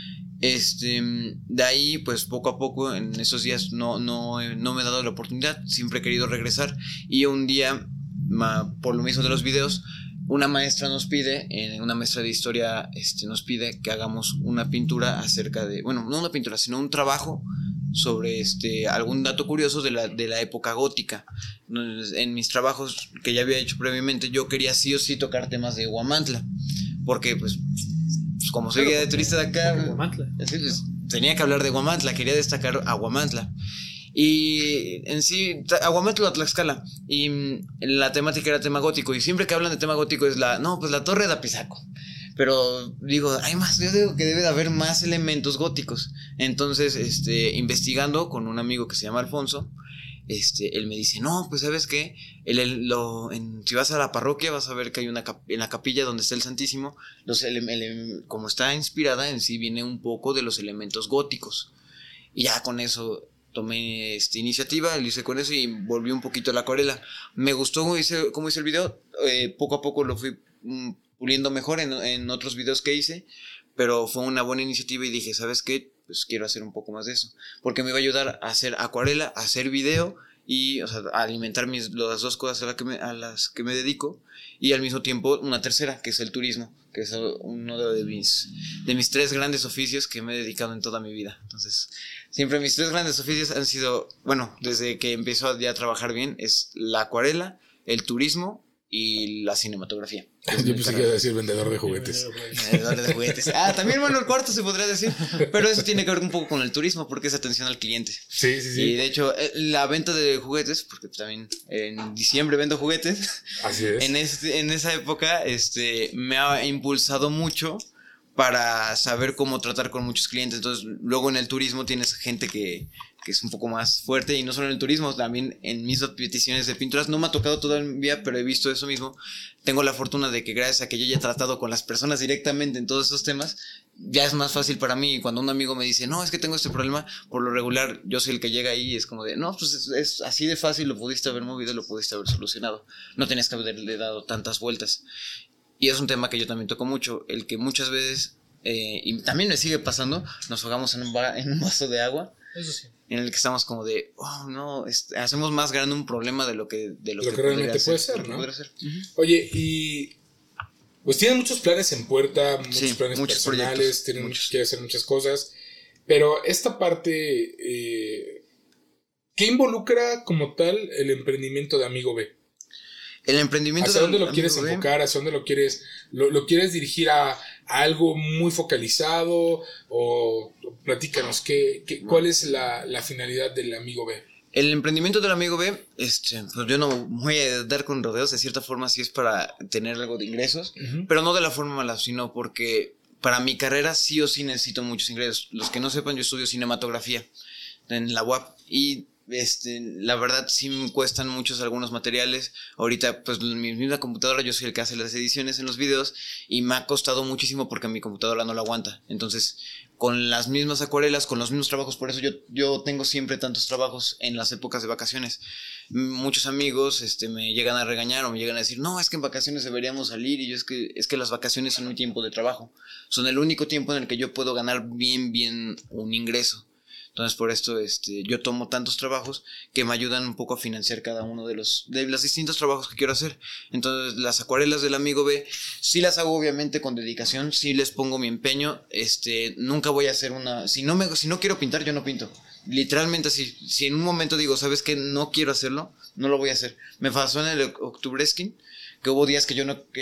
De ahí pues poco a poco en esos días no me he dado la oportunidad, siempre he querido regresar, y un día por lo mismo de los videos, una maestra una maestra de historia nos pide que hagamos una pintura acerca de, bueno, no una pintura sino un trabajo sobre algún dato curioso de la época gótica. En mis trabajos que ya había hecho previamente, yo quería sí o sí tocar temas de Huamantla, porque pues como soy guía de turista de acá, tenía que hablar de Huamantla, quería destacar a Huamantla. Y en sí, a Huamantla o a Tlaxcala. Y la temática era tema gótico. Y siempre que hablan de tema gótico es la Torre de Apizaco. Pero digo, hay más, yo digo que debe de haber más elementos góticos. Entonces, investigando con un amigo que se llama Alfonso, él me dice, no, pues ¿sabes qué? Si vas a la parroquia vas a ver que hay en la capilla donde está el Santísimo, como está inspirada en sí, viene un poco de los elementos góticos. Y ya con eso tomé iniciativa, lo hice con eso y volví un poquito a la acuarela. Me gustó cómo hice el video, poco a poco lo fui puliendo mejor en otros videos que hice, pero fue una buena iniciativa y dije, ¿sabes qué? Pues quiero hacer un poco más de eso, porque me iba a ayudar a hacer acuarela, a hacer video y, o sea, a alimentar las dos cosas a las que me dedico, y al mismo tiempo una tercera, que es el turismo, que es uno de mis 3 grandes oficios que me he dedicado en toda mi vida. Entonces, siempre mis 3 grandes oficios han sido, bueno, desde que empezó ya a trabajar bien, es la acuarela, el turismo y la cinematografía. Yo pensé que iba a decir vendedor de juguetes. Vendedor de juguetes. También, bueno, el cuarto se podría decir. Pero eso tiene que ver un poco con el turismo, porque es atención al cliente. Sí. Y de hecho, la venta de juguetes, porque también en diciembre vendo juguetes. Así es. En esa época, me ha impulsado mucho para saber cómo tratar con muchos clientes. Entonces, luego en el turismo tienes gente que es un poco más fuerte, y no solo en el turismo, también en mis peticiones de pinturas. No me ha tocado todavía, pero he visto eso mismo. Tengo la fortuna de que gracias a que yo ya he tratado con las personas directamente en todos esos temas, ya es más fácil para mí. Cuando un amigo me dice, no, es que tengo este problema, por lo regular yo soy el que llega ahí y es como de, no, pues es así de fácil, lo pudiste haber movido, lo pudiste haber solucionado, no tenías que haberle dado tantas vueltas. Y es un tema que yo también toco mucho, el que muchas veces, y también me sigue pasando, nos ahogamos en un vaso de agua. Eso sí. En el que estamos como de, oh no, hacemos más grande un problema de lo que realmente puede ser, ¿no? Oye, y pues tienen muchos planes en puerta, muchos planes muchos personales, quieren hacer muchas cosas, pero esta parte, ¿qué involucra como tal el emprendimiento de Amigo B? El emprendimiento. ¿Hacia dónde lo quieres enfocar? ¿Hacia dónde lo quieres? ¿Lo quieres dirigir a algo muy focalizado? O platícanos, ¿cuál es la finalidad del Amigo B? El emprendimiento del Amigo B, pues yo no voy a dar con rodeos, de cierta forma sí es para tener algo de ingresos, pero no de la forma mala, sino porque para mi carrera sí o sí necesito muchos ingresos. Los que no sepan, yo estudio cinematografía en la UAP y la verdad sí me cuestan muchos algunos materiales. Ahorita pues mi misma computadora, yo soy el que hace las ediciones en los videos y me ha costado muchísimo porque mi computadora no lo aguanta. Entonces con las mismas acuarelas, con los mismos trabajos, por eso yo tengo siempre tantos trabajos en las épocas de vacaciones. Muchos amigos me llegan a regañar o me llegan a decir, no, es que en vacaciones deberíamos salir, y yo es que las vacaciones son mi tiempo de trabajo, son el único tiempo en el que yo puedo ganar bien un ingreso. Entonces por esto yo tomo tantos trabajos que me ayudan un poco a financiar cada uno de los distintos trabajos que quiero hacer. Entonces las acuarelas del Amigo B sí las hago obviamente con dedicación, sí les pongo mi empeño. Nunca voy a hacer si no quiero pintar, yo no pinto. Literalmente así. Si en un momento digo, ¿sabes qué? No quiero hacerlo, no lo voy a hacer. Me pasó en el Octubreskin, que hubo días que yo no,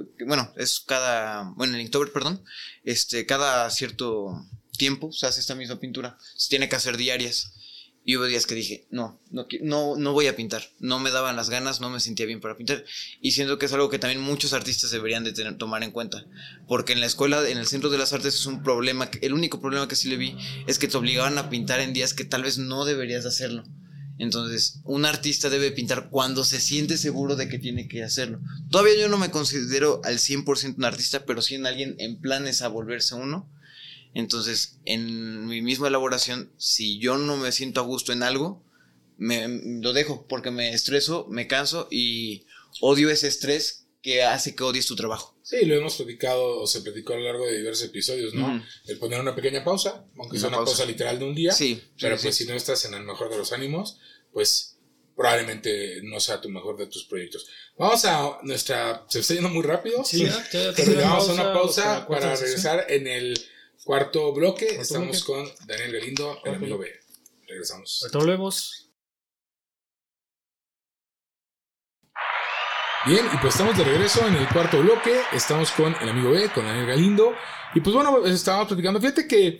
es en el Inktober, perdón, cada cierto tiempo se hace esta misma pintura, se tiene que hacer diarias, y hubo días que dije no voy a pintar, no me daban las ganas, no me sentía bien para pintar, y siento que es algo que también muchos artistas deberían de tomar en cuenta, porque en la escuela, en el Centro de las Artes, es un problema, el único problema que sí le vi es que te obligaban a pintar en días que tal vez no deberías de hacerlo. Entonces un artista debe pintar cuando se siente seguro de que tiene que hacerlo. Todavía yo no me considero al 100% un artista, pero sí en alguien en planes a volverse uno. Entonces, en mi misma elaboración, si yo no me siento a gusto en algo, lo dejo porque me estreso, me canso y odio ese estrés que hace que odies tu trabajo. Sí, lo hemos platicado, o se platicó a lo largo de diversos episodios, ¿no? El poner una pequeña pausa, aunque sea una pausa literal de un día, sí, pero pues si no estás en el mejor de los ánimos, pues probablemente no sea tu mejor de tus proyectos. Vamos a se está yendo muy rápido. Sí, vamos a una pausa para regresar en el cuarto bloque. Estamos con Daniel Galindo, el Amigo B. Regresamos. Ahorita volvemos. Bien, y pues estamos de regreso en el cuarto bloque. Estamos con el Amigo B, con Daniel Galindo. Y pues bueno, estábamos platicando. Fíjate que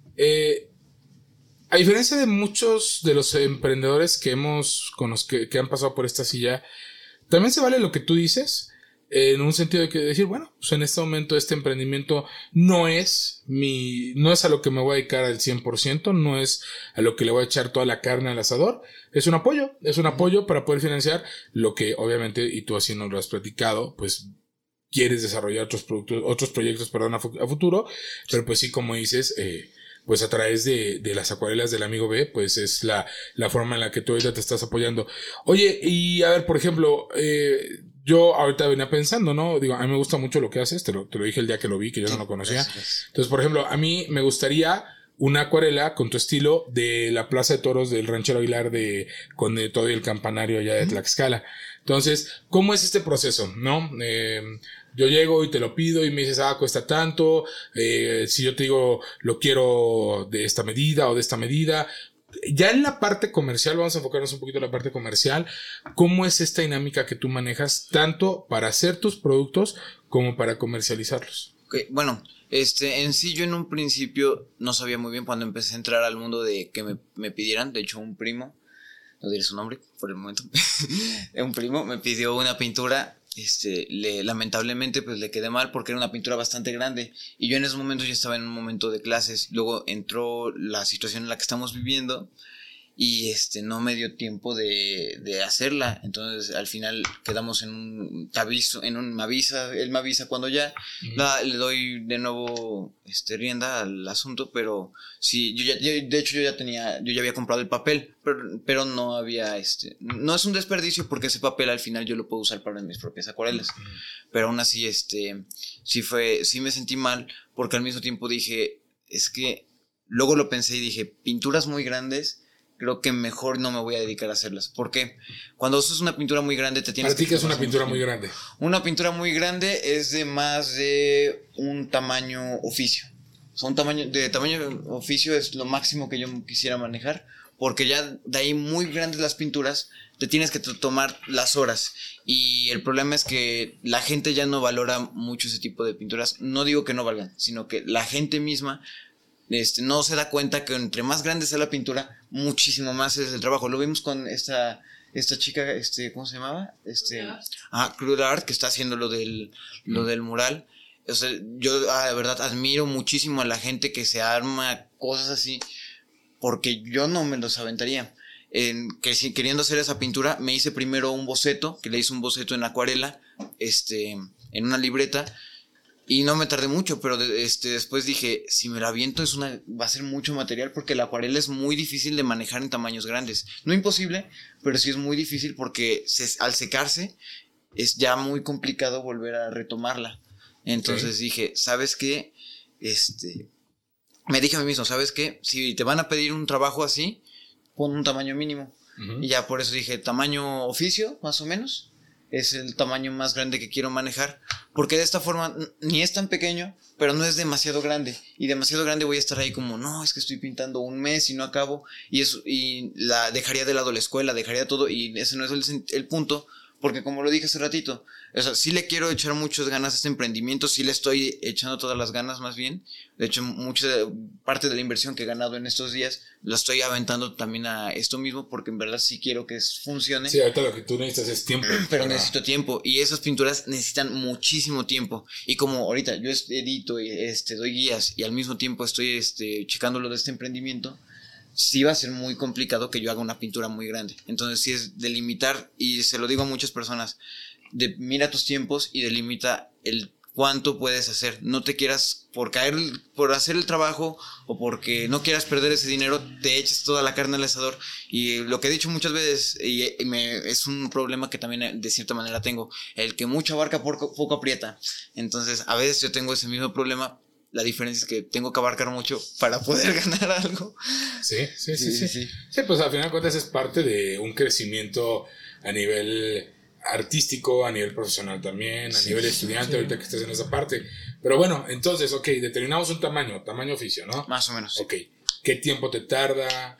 a diferencia de muchos de los emprendedores que que han pasado por esta silla, también se vale lo que tú dices. En un sentido de que decir, bueno, pues en este momento este emprendimiento no es a lo que me voy a dedicar al 100%, no es a lo que le voy a echar toda la carne al asador, es un apoyo para poder financiar lo que obviamente, y tú así nos lo has platicado, pues quieres desarrollar otros proyectos, a futuro, pero pues sí, como dices, pues a través de las acuarelas del Amigo B, pues es la forma en la que tú ahorita te estás apoyando. Oye, y a ver, por ejemplo, yo ahorita venía pensando, ¿no? Digo, a mí me gusta mucho lo que haces, te lo dije el día que lo vi, que yo no lo conocía. Gracias. Entonces, por ejemplo, a mí me gustaría una acuarela con tu estilo de la Plaza de Toros del Ranchero Aguilar con todo el campanario allá de Tlaxcala. Entonces, ¿cómo es este proceso, no? Yo llego y te lo pido y me dices, cuesta tanto. Si yo te digo, lo quiero de esta medida o de esta medida, Ya en la parte comercial, vamos a enfocarnos un poquito en la parte comercial. ¿Cómo es esta dinámica que tú manejas tanto para hacer tus productos como para comercializarlos? Okay, bueno, en sí yo en un principio no sabía muy bien cuando empecé a entrar al mundo de que me pidieran. De hecho, un primo, no diré su nombre por el momento, un primo me pidió una pintura. Lamentablemente pues le quedé mal porque era una pintura bastante grande y yo en ese momento ya estaba en un momento de clases. Luego entró la situación en la que estamos viviendo y no me dio tiempo de hacerla. Entonces al final quedamos en un aviso, él me avisa cuando ya le doy de nuevo rienda al asunto. Pero sí, de hecho yo ya había comprado el papel, pero no había no es un desperdicio porque ese papel al final yo lo puedo usar para mis propias acuarelas. Pero aún así sí me sentí mal porque al mismo tiempo dije, es que luego lo pensé y dije, pinturas muy grandes creo que mejor no me voy a dedicar a hacerlas. ¿Por qué? Cuando haces una pintura muy grande te tienes que... ¿Para ti qué es una pintura muy grande? Una pintura muy grande es de más de un tamaño oficio. O sea, tamaño oficio es lo máximo que yo quisiera manejar, porque ya de ahí muy grandes las pinturas te tienes que tomar las horas. Y el problema es que la gente ya no valora mucho ese tipo de pinturas. No digo que no valgan, sino que la gente misma no se da cuenta que entre más grande sea la pintura, muchísimo más es el trabajo. Lo vimos con esta chica, ¿cómo se llamaba? Cruel Art, que está haciendo lo del mural. O sea, yo de verdad admiro muchísimo a la gente que se arma cosas así, porque yo no me los aventaría. Queriendo hacer esa pintura, me hice primero un boceto, que le hice un boceto en acuarela, en una libreta. Y no me tardé mucho, pero después dije, si me la aviento va a ser mucho material porque la acuarela es muy difícil de manejar en tamaños grandes. No imposible, pero sí es muy difícil porque al secarse es ya muy complicado volver a retomarla. Entonces dije, ¿sabes qué? Me dije a mí mismo, ¿sabes qué? Si te van a pedir un trabajo así, pon un tamaño mínimo. Y ya por eso dije, tamaño oficio, más o menos. Es el tamaño más grande que quiero manejar, porque de esta forma ni es tan pequeño, pero no es demasiado grande, y demasiado grande voy a estar ahí como, no, es que estoy pintando un mes y no acabo, y la dejaría de lado la escuela, dejaría todo, y ese no es el punto, porque como lo dije hace ratito, o sea, sí le quiero echar muchas ganas a este emprendimiento, sí le estoy echando todas las ganas más bien. De hecho, parte de la inversión que he ganado en estos días la estoy aventando también a esto mismo, porque en verdad sí quiero que funcione. Sí, ahorita lo que tú necesitas es tiempo. Pero necesito tiempo, y esas pinturas necesitan muchísimo tiempo. Y como ahorita yo edito y doy guías y al mismo tiempo estoy checando lo de este emprendimiento, sí va a ser muy complicado que yo haga una pintura muy grande. Entonces sí es delimitar, y se lo digo a muchas personas, mira tus tiempos y delimita el cuánto puedes hacer. No te quieras por hacer el trabajo, o porque no quieras perder ese dinero, te eches toda la carne al asador. Y lo que he dicho muchas veces, es un problema que también de cierta manera tengo, el que mucho abarca poco aprieta. Entonces a veces yo tengo ese mismo problema. La diferencia es que tengo que abarcar mucho para poder ganar algo. Sí. Sí, pues al final de cuentas es parte de un crecimiento a nivel artístico, a nivel profesional también, a nivel estudiante, ahorita que estés en esa parte. Pero bueno, entonces, determinamos un tamaño oficio, ¿no? Más o menos. ¿Qué tiempo te tarda?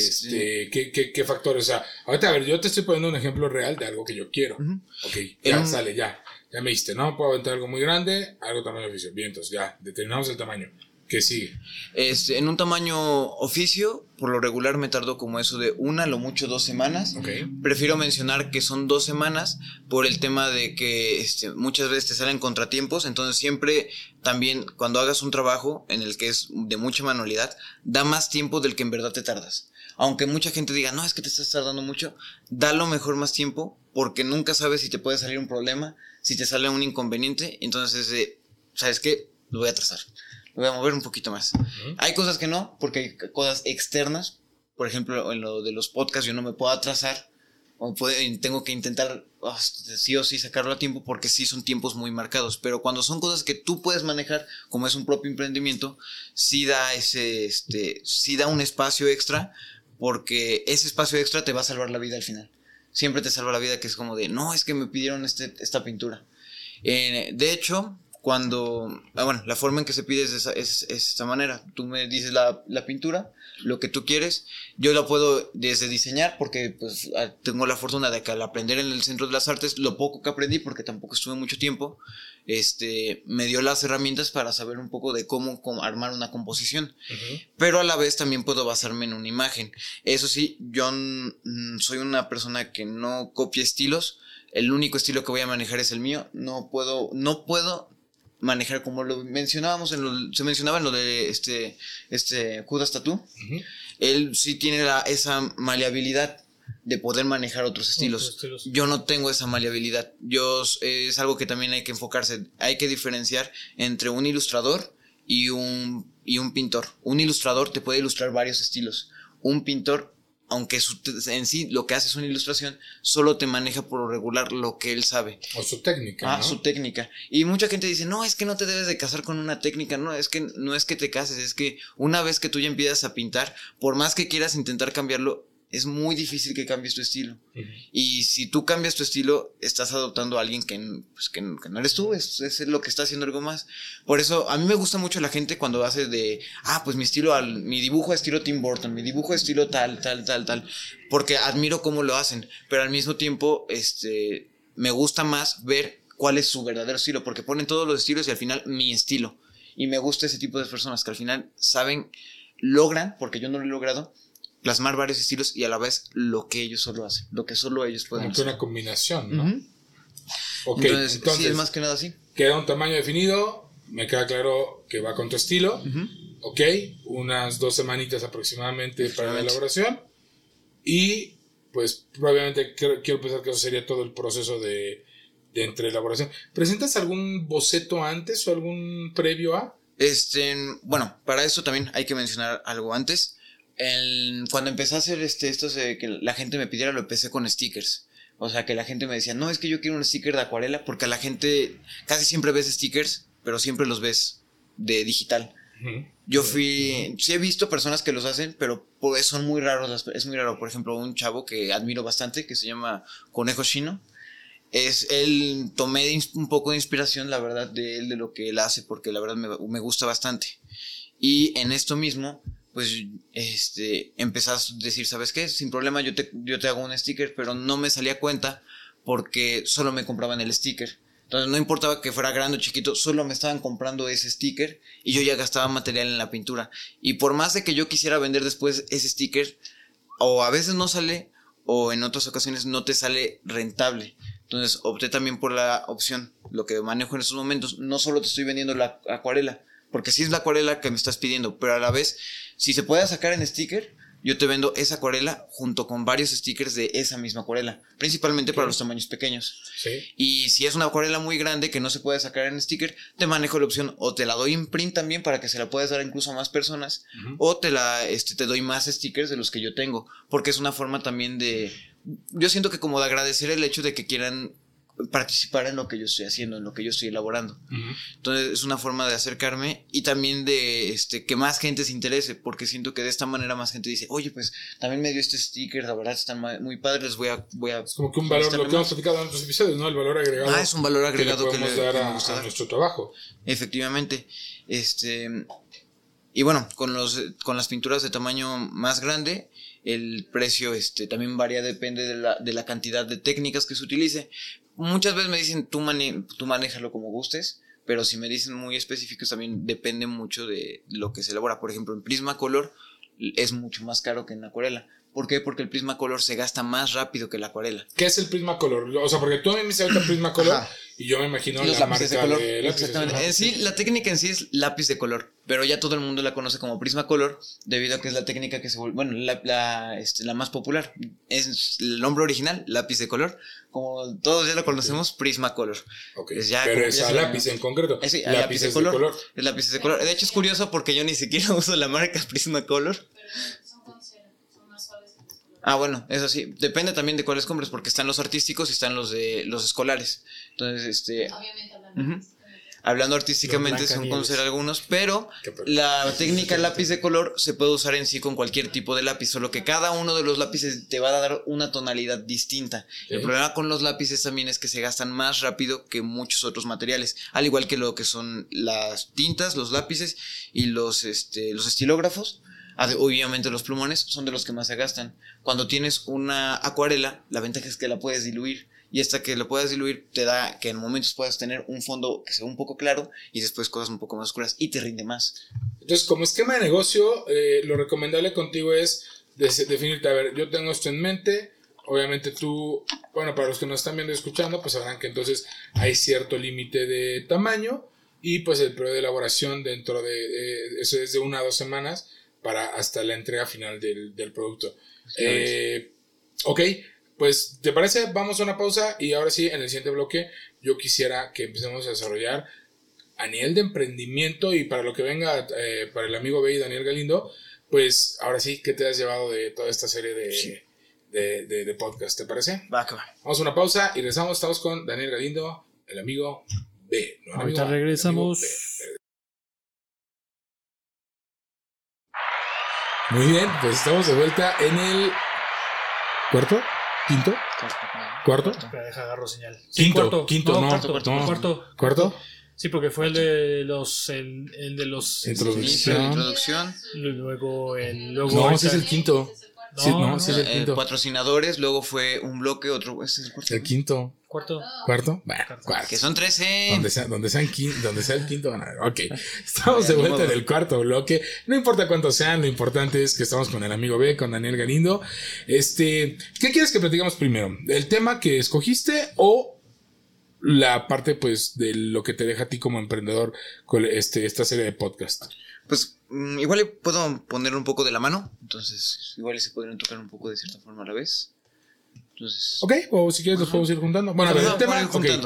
¿Qué factores? O sea, ahorita, a ver, yo te estoy poniendo un ejemplo real de algo que yo quiero. Sale, ya me diste, ¿no? Puedo aventar algo muy grande, algo tamaño oficio. Bien, entonces ya, determinamos el tamaño. ¿Qué sigue? En un tamaño oficio, por lo regular me tardó como eso de lo mucho 2 semanas. Prefiero mencionar que son 2 semanas por el tema de que muchas veces te salen contratiempos. Entonces siempre también cuando hagas un trabajo en el que es de mucha manualidad, da más tiempo del que en verdad te tardas. Aunque mucha gente diga, no, es que te estás tardando mucho, da lo mejor más tiempo, porque nunca sabes si te puede salir un problema, si te sale un inconveniente. Entonces, ¿sabes qué? Lo voy a atrasar. Lo voy a mover un poquito más. Hay cosas que no, porque hay cosas externas. Por ejemplo, en lo de los podcasts yo no me puedo atrasar. Tengo que intentar sí o sí sacarlo a tiempo, porque sí son tiempos muy marcados. Pero cuando son cosas que tú puedes manejar, como es un propio emprendimiento, sí da sí da un espacio extra, porque ese espacio extra te va a salvar la vida al final. Siempre te salva la vida, que es como de, no, es que me pidieron esta pintura. De hecho, bueno, la forma en que se pide es esta manera. Tú me dices la pintura, lo que tú quieres. Yo la puedo desde diseñar, porque pues tengo la fortuna de que al aprender en el Centro de las Artes, lo poco que aprendí, porque tampoco estuve mucho tiempo, me dio las herramientas para saber un poco de cómo armar una composición. Uh-huh. Pero a la vez también puedo basarme en una imagen. Eso sí, yo soy una persona que no copia estilos. El único estilo que voy a manejar es el mío. No puedo manejar, como lo mencionábamos se mencionaba en lo de Judas Tattoo. Uh-huh. Él sí tiene esa maleabilidad de poder manejar otros estilos. Yo no tengo esa maleabilidad. Es algo que también hay que enfocarse. Hay que diferenciar entre un ilustrador y un pintor. Un ilustrador te puede ilustrar varios estilos. Un pintor, aunque en sí lo que hace es una ilustración, solo te maneja por lo regular lo que él sabe. O su técnica, ¿no? Su técnica. Y mucha gente dice, no, es que no te debes de casar con una técnica. No es que te cases, es que una vez que tú ya empiezas a pintar, por más que quieras intentar cambiarlo, es muy difícil que cambies tu estilo. Uh-huh. Y si tú cambias tu estilo, estás adoptando a alguien que no eres tú, es lo que está haciendo algo más. Por eso a mí me gusta mucho la gente cuando hace pues mi dibujo es estilo Tim Burton, mi dibujo es estilo tal, porque admiro cómo lo hacen, pero al mismo tiempo me gusta más ver cuál es su verdadero estilo, porque ponen todos los estilos y al final mi estilo. Y me gusta ese tipo de personas que al final logran, porque yo no lo he logrado, plasmar varios estilos y a la vez lo que ellos solo hacen, lo que solo ellos pueden hacer. Una combinación, ¿no? Uh-huh. Okay, entonces sí, es más que nada así. Queda un tamaño definido, me queda claro que va con tu estilo. Uh-huh. Ok, unas 2 semanitas aproximadamente para la elaboración. Y pues probablemente quiero pensar que eso sería todo el proceso de entre elaboración. ¿Presentas algún boceto antes o algún previo a? Bueno, para eso también hay que mencionar algo antes. Cuando empecé a hacer esto de que la gente me pidiera, lo empecé con stickers. O sea, que la gente me decía, no, es que yo quiero un sticker de acuarela, porque a la gente casi siempre ves stickers, pero siempre los ves de digital. Uh-huh. Sí he visto personas que los hacen, pero pues son muy raros. Es muy raro. Por ejemplo, un chavo que admiro bastante, que se llama Conejo Shino. Él tomé un poco de inspiración, la verdad, de lo que él hace, porque la verdad me gusta bastante. Y en esto mismo, pues empecé a decir, ¿sabes qué? Sin problema yo te hago un sticker, pero no me salía cuenta porque solo me compraban el sticker. Entonces no importaba que fuera grande o chiquito, solo me estaban comprando ese sticker y yo ya gastaba material en la pintura. Y por más de que yo quisiera vender después ese sticker, o a veces no sale, o en otras ocasiones no te sale rentable. Entonces opté también por la opción, lo que manejo en estos momentos, no solo te estoy vendiendo la acuarela, porque sí es la acuarela que me estás pidiendo, pero a la vez, si se puede sacar en sticker, yo te vendo esa acuarela junto con varios stickers de esa misma acuarela, principalmente para los tamaños pequeños. Sí. Y si es una acuarela muy grande que no se puede sacar en sticker, te manejo la opción, o te la doy en print también para que se la puedas dar incluso a más personas, uh-huh, o te doy más stickers de los que yo tengo, porque es una forma también yo siento que como de agradecer el hecho de que quieran participar en lo que yo estoy haciendo, en lo que yo estoy elaborando. Uh-huh. Entonces es una forma de acercarme y también de que más gente se interese, porque siento que de esta manera más gente dice, oye, pues también me dio este sticker, la verdad están muy padres, voy a es como que un valor, lo que hemos platicado en otros episodios, ¿no? El valor agregado. Es un valor agregado que le podemos dar a nuestro trabajo. Efectivamente. Y bueno, con las pinturas de tamaño más grande, el precio también varía, depende de la cantidad de técnicas que se utilice. Muchas veces me dicen, tú manéjalo como gustes, pero si me dicen muy específicos también depende mucho de lo que se elabora. Por ejemplo, en Prismacolor es mucho más caro que en acuarela. ¿Por qué? Porque el Prismacolor se gasta más rápido que la acuarela. ¿Qué es el Prismacolor? O sea, porque tú a mí me dices ahorita Prismacolor, ajá, y yo me imagino la marca de color. Lápices. Exactamente. Sí, la técnica en sí es lápiz de color, pero ya todo el mundo la conoce como Prismacolor debido a que es la técnica que se vuelve, bueno, la más popular. Es el nombre original, lápiz de color. Como todos ya lo conocemos, Prismacolor. Okay. Pero es a lápiz en concreto. Sí, lápiz de color. Es lápiz de color. De hecho es curioso porque yo ni siquiera uso la marca Prismacolor. Bueno, eso sí, depende también de cuáles compres, porque están los artísticos y están los escolares. Entonces, obviamente hablando. Uh-huh. Hablando artísticamente, son conocer algunos, pero la técnica lápiz de color se puede usar en sí con cualquier tipo de lápiz, solo que cada uno de los lápices te va a dar una tonalidad distinta. El problema con los lápices también es que se gastan más rápido que muchos otros materiales, al igual que lo que son las tintas, los lápices y los estilógrafos. Obviamente los plumones son de los que más se gastan. Cuando tienes una acuarela, la ventaja es que la puedes diluir. Y hasta que lo puedas diluir te da que en momentos puedas tener un fondo que sea un poco claro y después cosas un poco más oscuras y te rinde más. Entonces, como esquema de negocio, lo recomendable contigo es definirte, a ver, yo tengo esto en mente. Obviamente tú, bueno, para los que nos están viendo y escuchando, pues sabrán que entonces hay cierto límite de tamaño y pues el periodo de elaboración dentro de eso es de 1 a 2 semanas para hasta la entrega final del producto. Ok. Pues, ¿te parece? Vamos a una pausa y ahora sí, en el siguiente bloque, yo quisiera que empecemos a desarrollar a nivel de emprendimiento y para lo que venga, para el amigo B y Daniel Galindo, pues, ahora sí, ¿qué te has llevado de toda esta serie de podcast? ¿Te parece? Va, que va. Vamos a una pausa y regresamos. Estamos con Daniel Galindo, el amigo B. No, ahorita regresamos. Muy bien, pues estamos de vuelta en el ¿cuarto? ¿Quinto? ¿Cuarto? Deja agarro señal. Sí, Cuarto. ¿Cuarto? Sí, porque fue el de los Introducción. Luego no, ese es el quinto. Sí es el quinto. Patrocinadores, luego fue un bloque, otro. Ese es el cuarto. El quinto. ¿Cuarto? Bueno, cuarto. Que son 13. Donde sea el quinto van a ver. Ok. Estamos de vuelta en el cuarto bloque. No importa cuántos sean, lo importante es que estamos con el amigo B, con Daniel Galindo. ¿Qué quieres que platicamos primero? ¿El tema que escogiste o la parte, pues, de lo que te deja a ti como emprendedor con esta serie de podcast? Pues igual le puedo poner un poco de la mano, entonces igual se podrían tocar un poco de cierta forma a la vez. Entonces, ok, o si quieres los podemos ir juntando. Bueno, a ver, el tema, okay.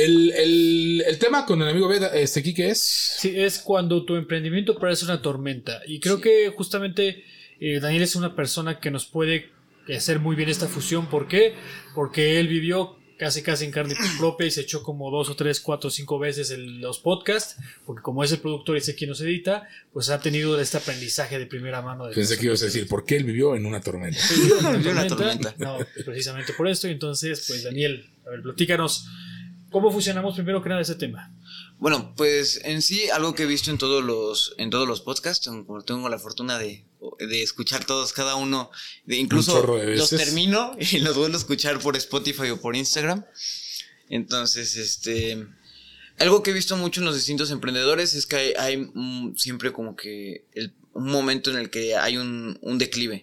El tema con el amigo B, ¿qué es? Sí, es cuando tu emprendimiento parece una tormenta. Y creo que justamente Daniel es una persona que nos puede hacer muy bien esta fusión. ¿Por qué? Porque él vivió casi en carne propia y se echó como 2 o 3, 4, 5 veces los podcasts, porque como es el productor y es quien nos edita, pues ha tenido este aprendizaje de primera mano. Pensé que ibas a decir, ¿por qué él vivió en una tormenta? Una tormenta. No, precisamente por esto. Y entonces, pues Daniel, a ver, platícanos, ¿cómo fusionamos primero que nada ese tema? Bueno, pues en sí, algo que he visto en todos los podcasts, como tengo la fortuna de escuchar todos, cada uno, incluso los termino y los vuelvo a escuchar por Spotify o por Instagram. Entonces, algo que he visto mucho en los distintos emprendedores es que hay siempre como que un momento en el que hay un declive.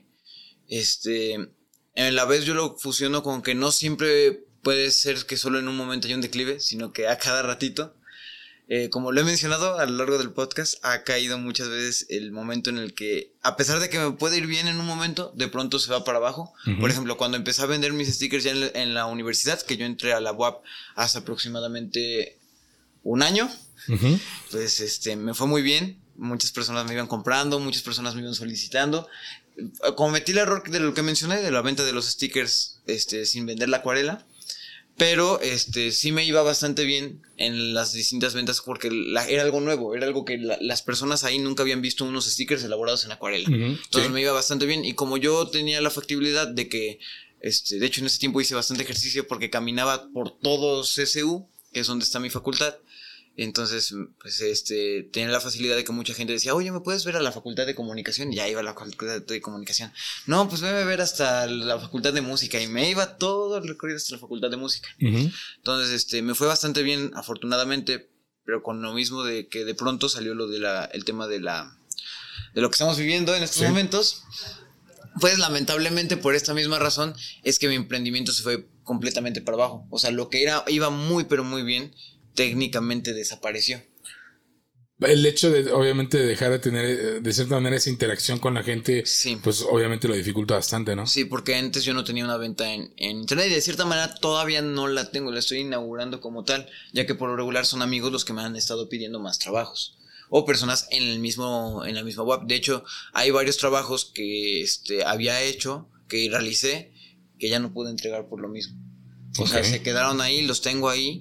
A la vez yo lo fusiono con que no siempre puede ser que solo en un momento haya un declive, sino que a cada ratito. Como lo he mencionado a lo largo del podcast, ha caído muchas veces el momento en el que, a pesar de que me puede ir bien en un momento, de pronto se va para abajo. Uh-huh. Por ejemplo, cuando empecé a vender mis stickers ya en la universidad, que yo entré a la UAP hace aproximadamente un año, uh-huh. Pues me fue muy bien. Muchas personas me iban comprando, muchas personas me iban solicitando. Cometí el error de lo que mencioné, de la venta de los stickers sin vender la acuarela. Pero sí me iba bastante bien en las distintas ventas porque era algo nuevo, era algo que las personas ahí nunca habían visto, unos stickers elaborados en acuarela. Uh-huh, entonces sí. Me iba bastante bien y como yo tenía la factibilidad de que, de hecho en ese tiempo hice bastante ejercicio porque caminaba por todo CSU, que es donde está mi facultad. Entonces, pues, tenía la facilidad de que mucha gente decía, oye, ¿me puedes ver a la facultad de comunicación? Y ya iba a la facultad de comunicación. No, pues veme a ver hasta la facultad de música. Y me iba todo el recorrido hasta la facultad de música. Uh-huh. Entonces, me fue bastante bien, afortunadamente, pero con lo mismo de que de pronto salió lo de el tema de lo que estamos viviendo en estos momentos. Pues, lamentablemente, por esta misma razón, es que mi emprendimiento se fue completamente para abajo. O sea, lo que iba muy, pero muy bien, técnicamente desapareció. El hecho de, obviamente, dejar de tener, de cierta manera, esa interacción con la gente, sí. Pues obviamente lo dificulta bastante, ¿no? Sí, porque antes yo no tenía una venta en internet y de cierta manera todavía no la tengo, la estoy inaugurando como tal, ya que por lo regular son amigos los que me han estado pidiendo más trabajos. O personas en la misma web. De hecho, hay varios trabajos que había hecho, que realicé, que ya no pude entregar por lo mismo. O sea, se quedaron ahí, los tengo ahí.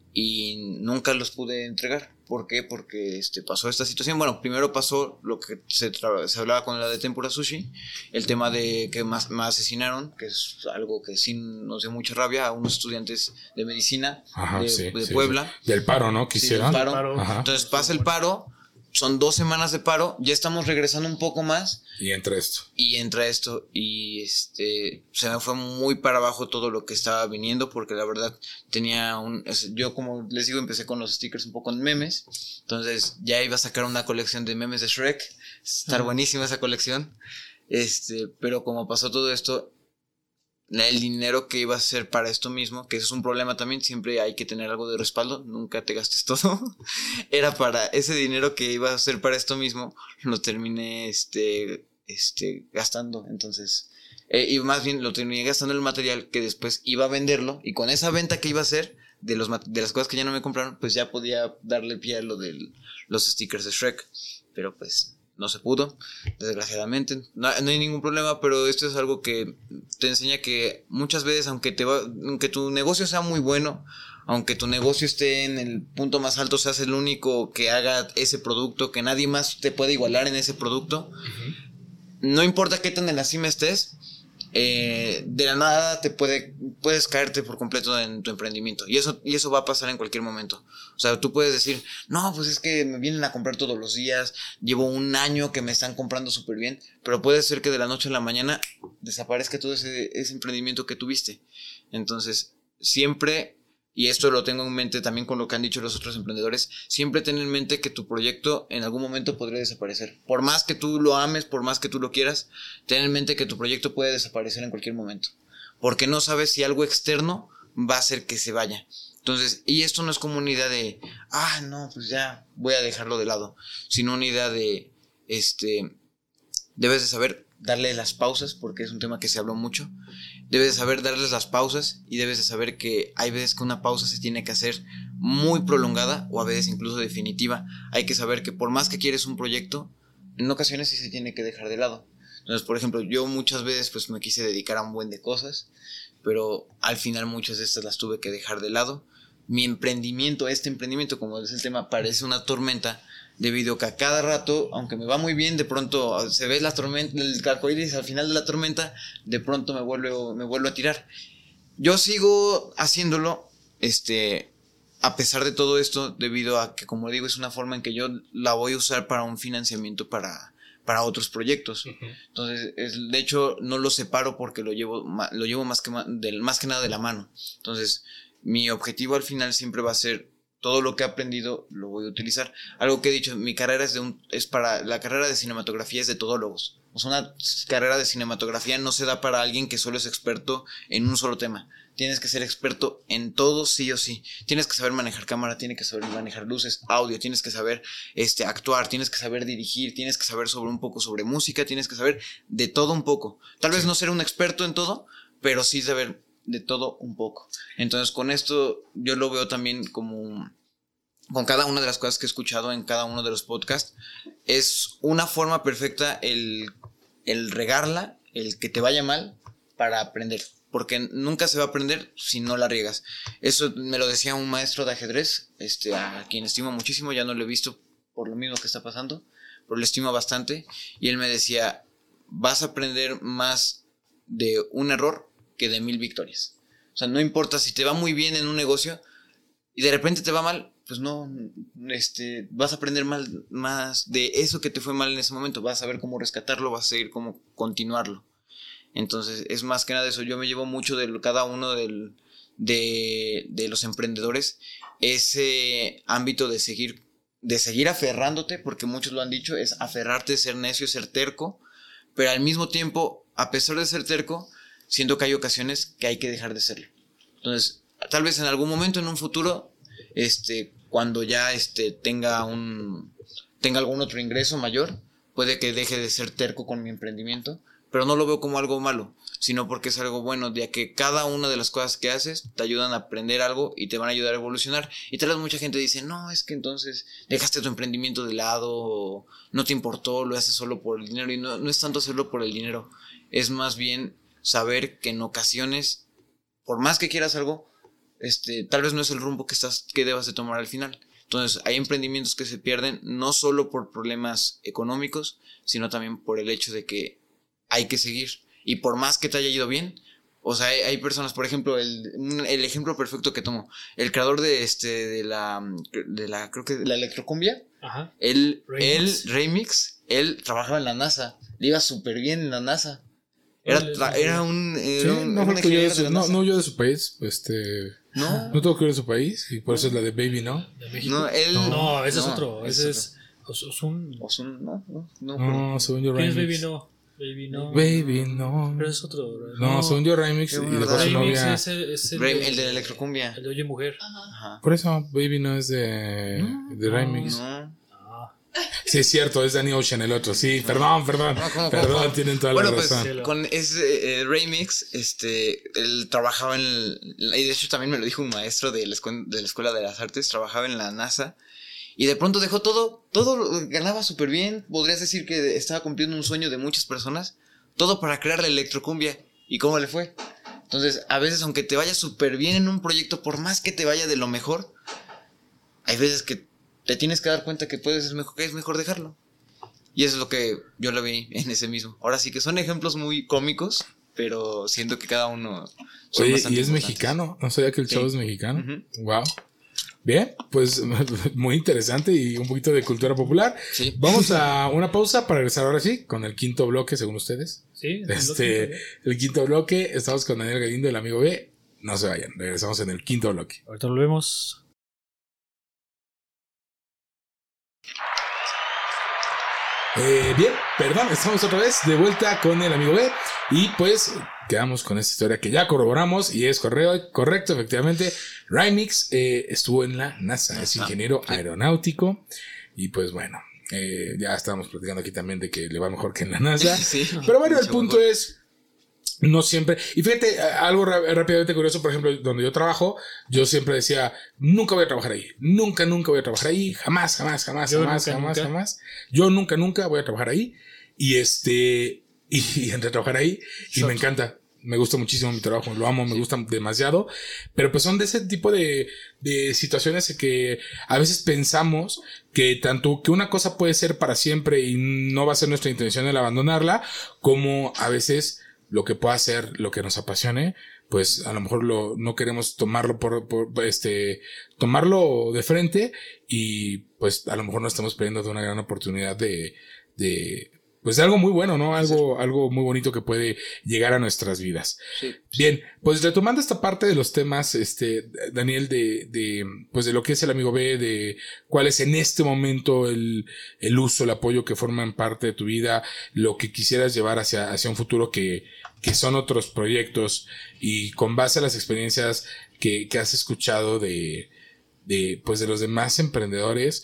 y nunca los pude entregar. ¿Por qué? Porque pasó esta situación. Bueno, primero pasó lo que se hablaba con la de Tempura Sushi, el tema de que me asesinaron, que es algo que sí nos dio mucha rabia a unos estudiantes de medicina. Ajá, de Puebla. Sí. Del paro, ¿no? Sí, del paro. Entonces pasa el paro, son 2 semanas de paro, ya estamos regresando un poco más. Y entra esto. Y se me fue muy para abajo todo lo que estaba viniendo, porque la verdad yo, como les digo, empecé con los stickers un poco en memes. Entonces ya iba a sacar una colección de memes de Shrek. Estar buenísima esa colección. Pero como pasó todo esto, el dinero que iba a ser para esto mismo, que eso es un problema también, siempre hay que tener algo de respaldo, nunca te gastes todo. Era para ese dinero que iba a ser para esto mismo, lo terminé gastando. Entonces, y más bien lo terminé gastando en el material que después iba a venderlo, y con esa venta que iba a hacer de las cosas que ya no me compraron, pues ya podía darle pie a lo de los stickers de Shrek. Pero pues no se pudo, desgraciadamente. No hay ningún problema, pero esto es algo que te enseña que muchas veces, aunque tu negocio sea muy bueno, aunque tu negocio esté en el punto más alto, seas el único que haga ese producto, que nadie más te pueda igualar en ese producto, no importa qué tan en la cima estés, de la nada puedes caerte por completo en tu emprendimiento, y eso va a pasar en cualquier momento. O sea, tú puedes decir, no, pues es que me vienen a comprar todos los días, llevo 1 año que me están comprando súper bien, pero puede ser que de la noche a la mañana desaparezca todo ese emprendimiento que tuviste. Entonces, siempre, y esto lo tengo en mente también con lo que han dicho los otros emprendedores, siempre ten en mente que tu proyecto en algún momento podría desaparecer. Por más que tú lo ames, por más que tú lo quieras, ten en mente que tu proyecto puede desaparecer en cualquier momento, porque no sabes si algo externo va a hacer que se vaya. Entonces, y esto no es como una idea de, no, pues ya voy a dejarlo de lado, sino una idea de, debes de saber darle las pausas, porque es un tema que se habló mucho. Debes de saber darles las pausas, y debes de saber que hay veces que una pausa se tiene que hacer muy prolongada, o a veces incluso definitiva. Hay que saber que por más que quieres un proyecto, en ocasiones sí se tiene que dejar de lado. Entonces, por ejemplo, yo muchas veces pues me quise dedicar a un buen de cosas, pero al final muchas de estas las tuve que dejar de lado. Mi emprendimiento, como es el tema, parece una tormenta, debido a que a cada rato, aunque me va muy bien, de pronto se ve la tormenta, el arcoíris al final de la tormenta, de pronto me vuelvo a tirar. Yo sigo haciéndolo, a pesar de todo esto, debido a que, como digo, es una forma en que yo la voy a usar para un financiamiento para otros proyectos. Entonces, de hecho, no lo separo porque lo llevo más que nada de la mano. Entonces, mi objetivo al final siempre va a ser todo lo que he aprendido lo voy a utilizar. Algo que he dicho, mi carrera la carrera de cinematografía es de todólogos. O sea, una carrera de cinematografía no se da para alguien que solo es experto en un solo tema. Tienes que ser experto en todo, sí o sí. Tienes que saber manejar cámara, tienes que saber manejar luces, audio, tienes que saber actuar, tienes que saber dirigir, tienes que saber un poco sobre música, tienes que saber de todo un poco. Tal vez no ser un experto en todo, pero sí saber de todo un poco. Entonces, con esto yo lo veo también como, con cada una de las cosas que he escuchado en cada uno de los podcasts, es una forma perfecta el regarla, el que te vaya mal, para aprender, porque nunca se va a aprender si no la riegas. Eso me lo decía un maestro de ajedrez, a quien estimo muchísimo. Ya no lo he visto por lo mismo que está pasando, pero lo estimo bastante, y él me decía, vas a aprender más de un error que de 1000 victorias. O sea, no importa si te va muy bien en un negocio y de repente te va mal, pues no, vas a aprender más de eso que te fue mal en ese momento. Vas a saber cómo rescatarlo, vas a saber cómo continuarlo. Entonces, es más que nada eso. Yo me llevo mucho de cada uno de los emprendedores, ese ámbito de seguir aferrándote, porque muchos lo han dicho, es aferrarte, ser necio, ser terco, pero al mismo tiempo, a pesar de ser terco, siento que hay ocasiones que hay que dejar de serlo. Entonces, tal vez en algún momento, en un futuro, cuando ya tenga algún otro ingreso mayor, puede que deje de ser terco con mi emprendimiento, pero no lo veo como algo malo, sino porque es algo bueno, ya que cada una de las cosas que haces te ayudan a aprender algo y te van a ayudar a evolucionar. Y tal vez mucha gente dice, no, es que entonces dejaste tu emprendimiento de lado, o no te importó, lo haces solo por el dinero. Y no es tanto hacerlo por el dinero, es más bien saber que en ocasiones, por más que quieras algo, tal vez no es el rumbo que debas de tomar al final. Entonces hay emprendimientos que se pierden no solo por problemas económicos, sino también por el hecho de que hay que seguir. Y por más que te haya ido bien, o sea, hay personas, por ejemplo, el ejemplo perfecto que tomo, el creador de la creo que de la electrocumbia, Ajá. Remix, él trabajaba en la NASA, le iba súper bien en la NASA. Era un no huyó de su país, no tuvo que ir de su país y por eso es la de Baby No. ¿De México? No, ese es otro, ese es Ozun. No, según yo ¿Quién es Remix. Baby No? Baby No. Pero es otro. No, según yo Remix y después su novia. Remix es el de la electrocumbia. El de Oye Mujer. Ajá. Por eso Baby No es de Remix. No. Sí, es cierto, es Danny Ocean el otro. Sí, perdón, ¿Cómo? tienen toda Bueno, la pues razón. con ese Remix, él trabajaba y de hecho también me lo dijo un maestro de la Escuela de las Artes, trabajaba en la NASA y de pronto dejó todo ganaba súper bien, podrías decir que estaba cumpliendo un sueño de muchas personas, todo para crear la electrocumbia. ¿Y cómo le fue? Entonces, a veces aunque te vaya súper bien en un proyecto, por más que te vaya de lo mejor, hay veces que te tienes que dar cuenta que es mejor dejarlo. Y eso es lo que yo lo vi en ese mismo. Ahora sí que son ejemplos muy cómicos, pero siento que cada uno son Oye, bastante y es importantes. mexicano. No sabía que el chavo es mexicano. Ujú. Wow. Bien, pues muy interesante y un poquito de cultura popular. Sí. Vamos a una pausa para regresar ahora sí con el quinto bloque, según ustedes. Sí. El quinto bloque, estamos con Daniel Galindo, el amigo B. No se vayan, regresamos en el quinto bloque. Ahorita lo vemos. Bien, perdón, estamos otra vez de vuelta con el amigo B y pues quedamos con esta historia que ya corroboramos y es correcto, efectivamente. Remix estuvo en la NASA, es ingeniero aeronáutico y pues bueno, ya estábamos platicando aquí también de que le va mejor que en la NASA. Sí. Pero bueno, el Mucho punto mejor. es, no siempre. Y fíjate, algo rápidamente curioso, por ejemplo, donde yo trabajo, yo siempre decía, nunca voy a trabajar ahí. Nunca voy a trabajar ahí. Jamás. Yo nunca voy a trabajar ahí. Y y entré a trabajar ahí y me encanta. Me gusta muchísimo mi trabajo, lo amo, me gusta demasiado. Pero pues son de ese tipo de situaciones que a veces pensamos que tanto que una cosa puede ser para siempre y no va a ser nuestra intención el abandonarla, como a veces lo que pueda ser, lo que nos apasione, pues a lo mejor no queremos tomarlo tomarlo de frente y pues a lo mejor nos estamos perdiendo de una gran oportunidad de algo muy bueno, ¿no? Algo muy bonito que puede llegar a nuestras vidas. Sí. Bien, pues retomando esta parte de los temas, Daniel, pues de lo que es el amigo B, de cuál es en este momento el uso, el apoyo que forman parte de tu vida, lo que quisieras llevar hacia un futuro que son otros proyectos y con base a las experiencias que has escuchado de los demás emprendedores,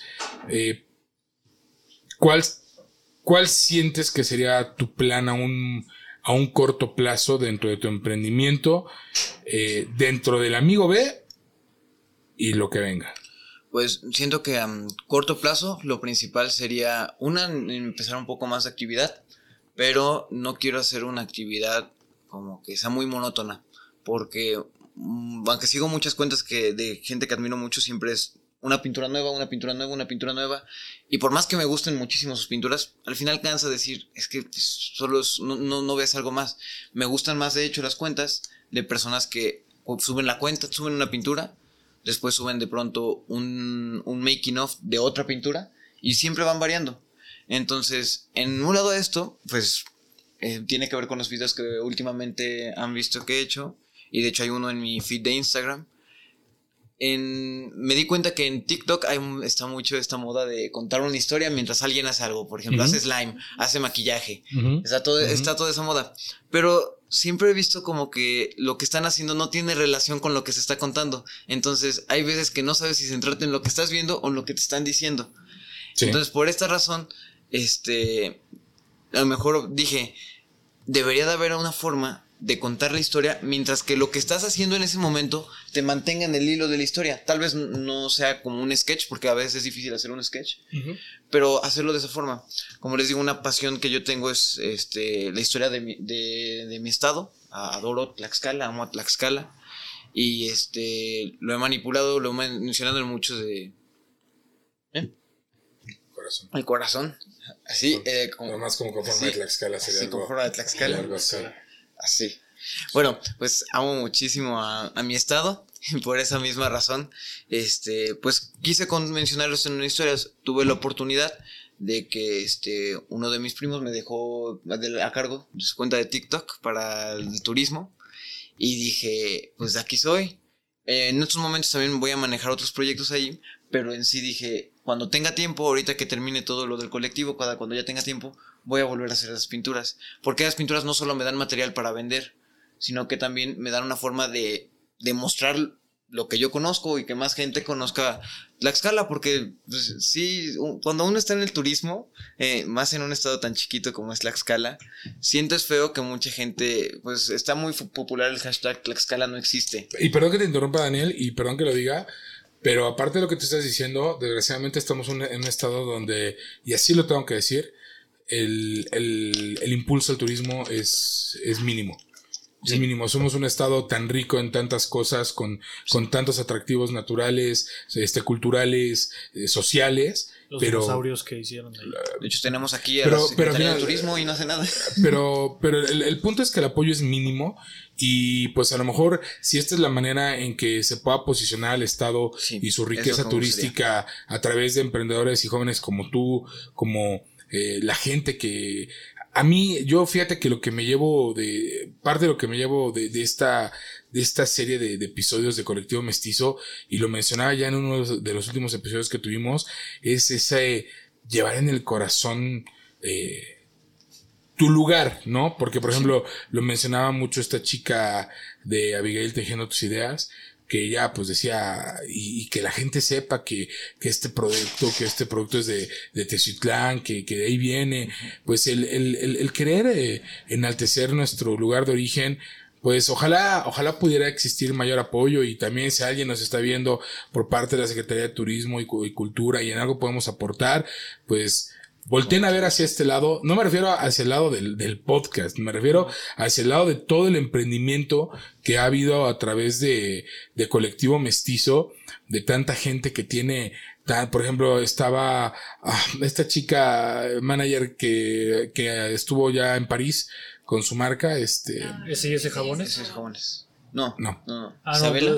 ¿cuál sientes que sería tu plan a un corto plazo dentro de tu emprendimiento, dentro del amigo B y lo que venga? Pues siento que a corto plazo lo principal sería empezar un poco más de actividad, pero no quiero hacer una actividad como que sea muy monótona, porque aunque sigo muchas cuentas de gente que admiro mucho, siempre es una pintura nueva, y por más que me gusten muchísimo sus pinturas, al final cansa decir, es que solo no ves algo más. Me gustan más de hecho las cuentas de personas que suben una pintura, después suben de pronto un making of de otra pintura, y siempre van variando. Entonces, en un lado de esto, pues tiene que ver con los videos que últimamente han visto que he hecho, y de hecho hay uno en mi feed de Instagram. Me di cuenta que en TikTok está mucho esta moda de contar una historia mientras alguien hace algo. Por ejemplo, hace slime, hace maquillaje. Está toda esa moda. Pero siempre he visto como que lo que están haciendo no tiene relación con lo que se está contando. Entonces hay veces que no sabes si centrarte en lo que estás viendo o en lo que te están diciendo. Sí. Entonces por esta razón, a lo mejor dije, debería de haber una forma de contar la historia mientras que lo que estás haciendo en ese momento te mantenga en el hilo de la historia. Tal vez no sea como un sketch, porque a veces es difícil hacer un sketch, pero hacerlo de esa forma. Como les digo, una pasión que yo tengo es la historia de mi estado. Adoro Tlaxcala, amo a Tlaxcala, Y lo he manipulado, lo he mencionado en muchos de... Corazón. El corazón. Así, Nomás como con forma de Tlaxcala sería así, algo. con forma de Tlaxcala. Algo así. Así. Bueno, pues amo muchísimo a mi estado. Y por esa misma razón, pues quise mencionarlos en una historia. Tuve la oportunidad de que uno de mis primos me dejó a cargo de su cuenta de TikTok para el turismo. Y dije, pues de aquí soy. En estos momentos también voy a manejar otros proyectos ahí. Pero en sí dije, cuando tenga tiempo, ahorita que termine todo lo del colectivo, cuando ya tenga tiempo, voy a volver a hacer las pinturas. Porque las pinturas no solo me dan material para vender, sino que también me dan una forma de mostrar lo que yo conozco y que más gente conozca Tlaxcala, porque pues, sí, cuando uno está en el turismo, más en un estado tan chiquito como es Tlaxcala, sientes feo que mucha gente, pues está muy popular el hashtag Tlaxcala no existe. Y perdón que te interrumpa, Daniel, y perdón que lo diga, pero aparte de lo que tú estás diciendo, desgraciadamente estamos en un estado donde, y así lo tengo que decir, el impulso al turismo es mínimo. Es mínimo. Somos un estado tan rico en tantas cosas, con tantos atractivos naturales, culturales, sociales. Los pero dinosaurios que hicieron ahí. De hecho, tenemos aquí a la Secretaría de Turismo y no hace nada. Pero el punto es que el apoyo es mínimo y pues a lo mejor si esta es la manera en que se pueda posicionar al estado y su riqueza turística a través de emprendedores y jóvenes como tú, como la gente que... A mí, yo fíjate que parte de lo que me llevo de esta serie de episodios de Colectivo Mestizo, y lo mencionaba ya en uno de los últimos episodios que tuvimos, es ese llevar en el corazón tu lugar, ¿no? Porque, por ejemplo, lo mencionaba mucho esta chica de Abigail Tejiendo Tus Ideas, que ella pues decía, y que la gente sepa que este producto es de Teziutlán, que de ahí viene, pues el querer enaltecer nuestro lugar de origen, pues ojalá pudiera existir mayor apoyo, y también si alguien nos está viendo por parte de la Secretaría de Turismo y Cultura y en algo podemos aportar, pues volteen a ver hacia este lado. No me refiero hacia el lado del podcast, me refiero hacia el lado de todo el emprendimiento que ha habido a través de Colectivo Mestizo, de tanta gente que tiene, por ejemplo, estaba esta chica manager que estuvo ya en París con su marca, ¿Ese jabones? Esos jabones. No. Isabela.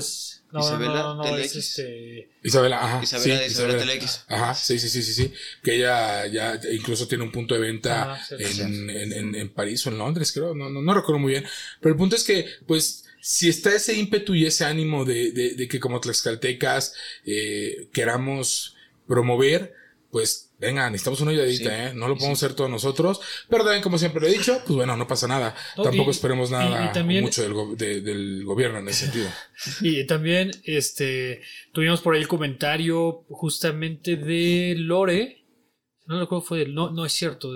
Isabela, Isabela TLX. Ajá, sí. Que ella ya incluso tiene un punto de venta en París o en Londres, creo. No recuerdo muy bien. Pero el punto es que, pues, si está ese ímpetu y ese ánimo de que como tlaxcaltecas queramos promover, pues venga, necesitamos una ayudadita, no lo podemos hacer todos nosotros, pero también, como siempre lo he dicho, pues bueno, no pasa nada. Tampoco esperemos nada también, mucho del gobierno en ese sentido. Y también tuvimos por ahí el comentario justamente de Lore, no recuerdo fue no es cierto,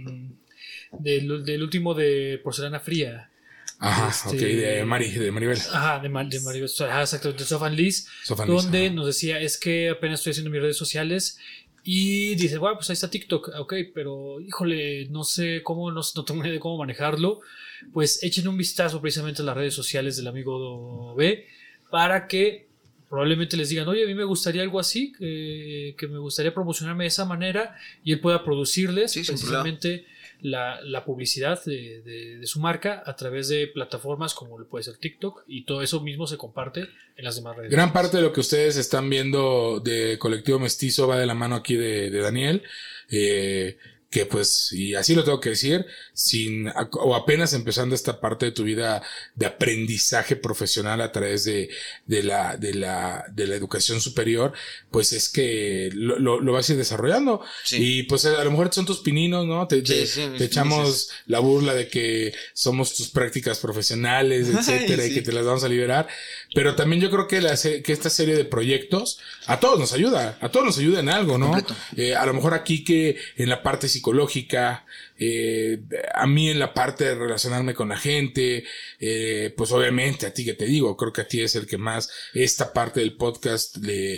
del último de Porcelana Fría. Ajá, de Maribel. Ajá, de Maribel, exacto, de Sofan Liz, donde nos decía, es que apenas estoy haciendo mis redes sociales. Y dice, bueno, pues ahí está TikTok, ok, pero híjole, no sé cómo, no tengo ni idea de cómo manejarlo. Pues echen un vistazo precisamente a las redes sociales del amigo B, para que probablemente les digan, oye, a mí me gustaría algo así, que me gustaría promocionarme de esa manera, y él pueda producirles precisamente la publicidad de su marca a través de plataformas como puede ser TikTok, y todo eso mismo se comparte en las demás redes. Gran parte de lo que ustedes están viendo de Colectivo Mestizo va de la mano aquí de Daniel, que pues, y así lo tengo que decir, o apenas empezando esta parte de tu vida de aprendizaje profesional a través de la educación superior, pues es que lo vas a ir desarrollando. Y pues a lo mejor son tus pininos, ¿no? Te echamos la burla de que somos tus prácticas profesionales, etcétera, y que te las vamos a liberar. Pero también yo creo que esta serie de proyectos a todos nos ayuda en algo, ¿no? A lo mejor aquí que en la parte psicológica psicológica, a mí en la parte de relacionarme con la gente, pues obviamente a ti que te digo, creo que a ti es el que más esta parte del podcast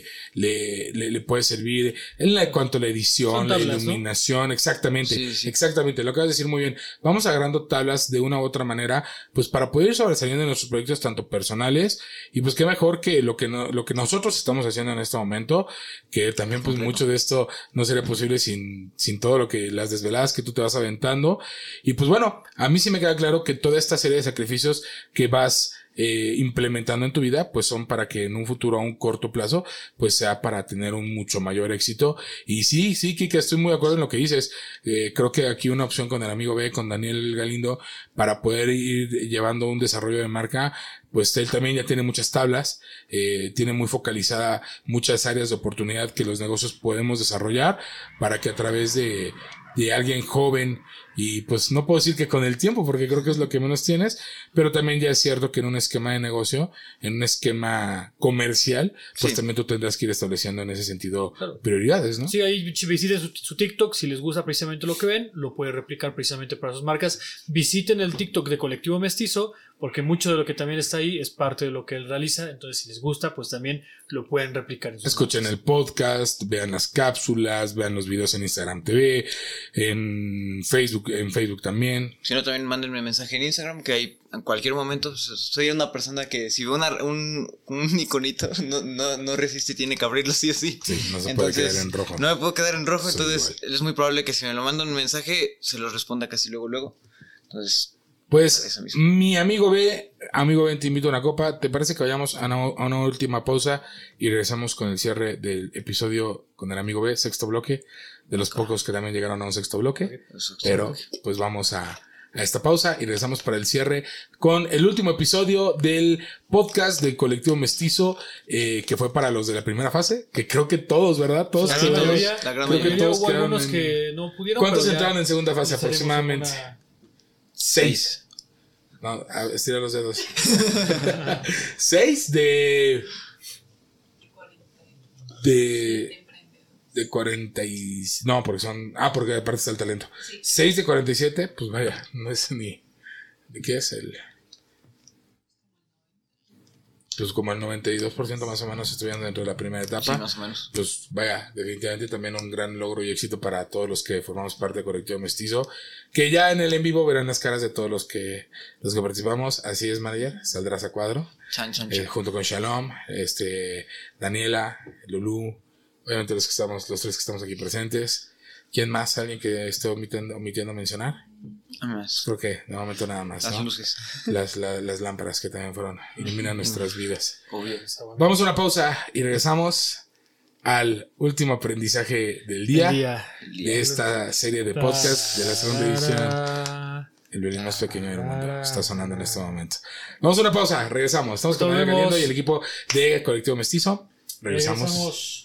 le puede servir en cuanto a la edición, tablas, la iluminación, ¿no? Exactamente, sí. Exactamente, lo acabas de decir muy bien. Vamos agarrando tablas de una u otra manera, pues para poder ir sobresaliendo en nuestros proyectos tanto personales, y pues qué mejor que lo que nosotros estamos haciendo en este momento, que también pues mucho de esto no sería posible sin todo lo que, las desveladas que tú te vas aventando. Y pues bueno, a mí sí me queda claro que toda esta serie de sacrificios que vas implementando en tu vida, pues son para que en un futuro a un corto plazo, pues sea para tener un mucho mayor éxito. Y sí, Kike, estoy muy de acuerdo en lo que dices. Creo que aquí una opción con el amigo B, con Daniel Galindo, para poder ir llevando un desarrollo de marca, pues él también ya tiene muchas tablas, tiene muy focalizada muchas áreas de oportunidad que los negocios podemos desarrollar para que a través de alguien joven, y pues no puedo decir que con el tiempo, porque creo que es lo que menos tienes, pero también ya es cierto que en un esquema de negocio, en un esquema comercial, pues sí, también tú tendrás que ir estableciendo en ese sentido, claro, prioridades, ¿no? Sí, ahí visiten su TikTok, si les gusta precisamente lo que ven, lo pueden replicar precisamente para sus marcas. Visiten el TikTok de Colectivo Mestizo, porque mucho de lo que también está ahí es parte de lo que él realiza, entonces si les gusta, pues también lo pueden replicar en sus Escuchen marcas. El podcast, vean las cápsulas, vean los videos en Instagram TV, en Facebook también. Si no, también mándenme mensaje en Instagram, que ahí en cualquier momento soy una persona que si veo un iconito no resiste y tiene que abrirlo sí o sí. Sí, no se puede quedar en rojo. No me puedo quedar en rojo, entonces es muy probable que si me lo mandan un mensaje se lo responda casi luego. Entonces, pues mi amigo B, te invito a una copa. ¿Te parece que vayamos a una última pausa y regresamos con el cierre del episodio con el amigo B, sexto bloque, de los pocos que también llegaron a un sexto bloque? Pero pues vamos a esta pausa y regresamos para el cierre con el último episodio del podcast del Colectivo Mestizo, que fue para los de la primera fase, que creo que todos, ¿verdad? Todos la quedaron, mayoría, creo que todos hubo algunos que no pudieron. ¿Cuántos entraron en segunda fase aproximadamente? 6. No, estira los dedos. 6 de 40 y... No, porque son... porque aparte está el talento. 6 de 47, pues vaya, no es ni... ¿De qué es el...? Pues como el 92% más o menos estuvieron dentro de la primera etapa. Sí, más o menos. Pues vaya, definitivamente también un gran logro y éxito para todos los que formamos parte del Colectivo Mestizo, que ya en el en vivo verán las caras de todos los que participamos. Así es, manager, saldrás a cuadro. Chan. Junto con Shalom, Daniela, Lulú, obviamente los tres que estamos aquí presentes. ¿Quién más? ¿Alguien que esté omitiendo mencionar? Creo que de momento nada más, las ¿no? Luces. Las lámparas que también iluminan nuestras vidas. Obvio. Vamos a una pausa y regresamos al último aprendizaje del día de esta serie de podcast de la segunda edición. El violín más pequeño del mundo está sonando en este momento. Vamos a una pausa, regresamos. Estamos con Daniel Galindo y el equipo de Colectivo Mestizo. Regresamos.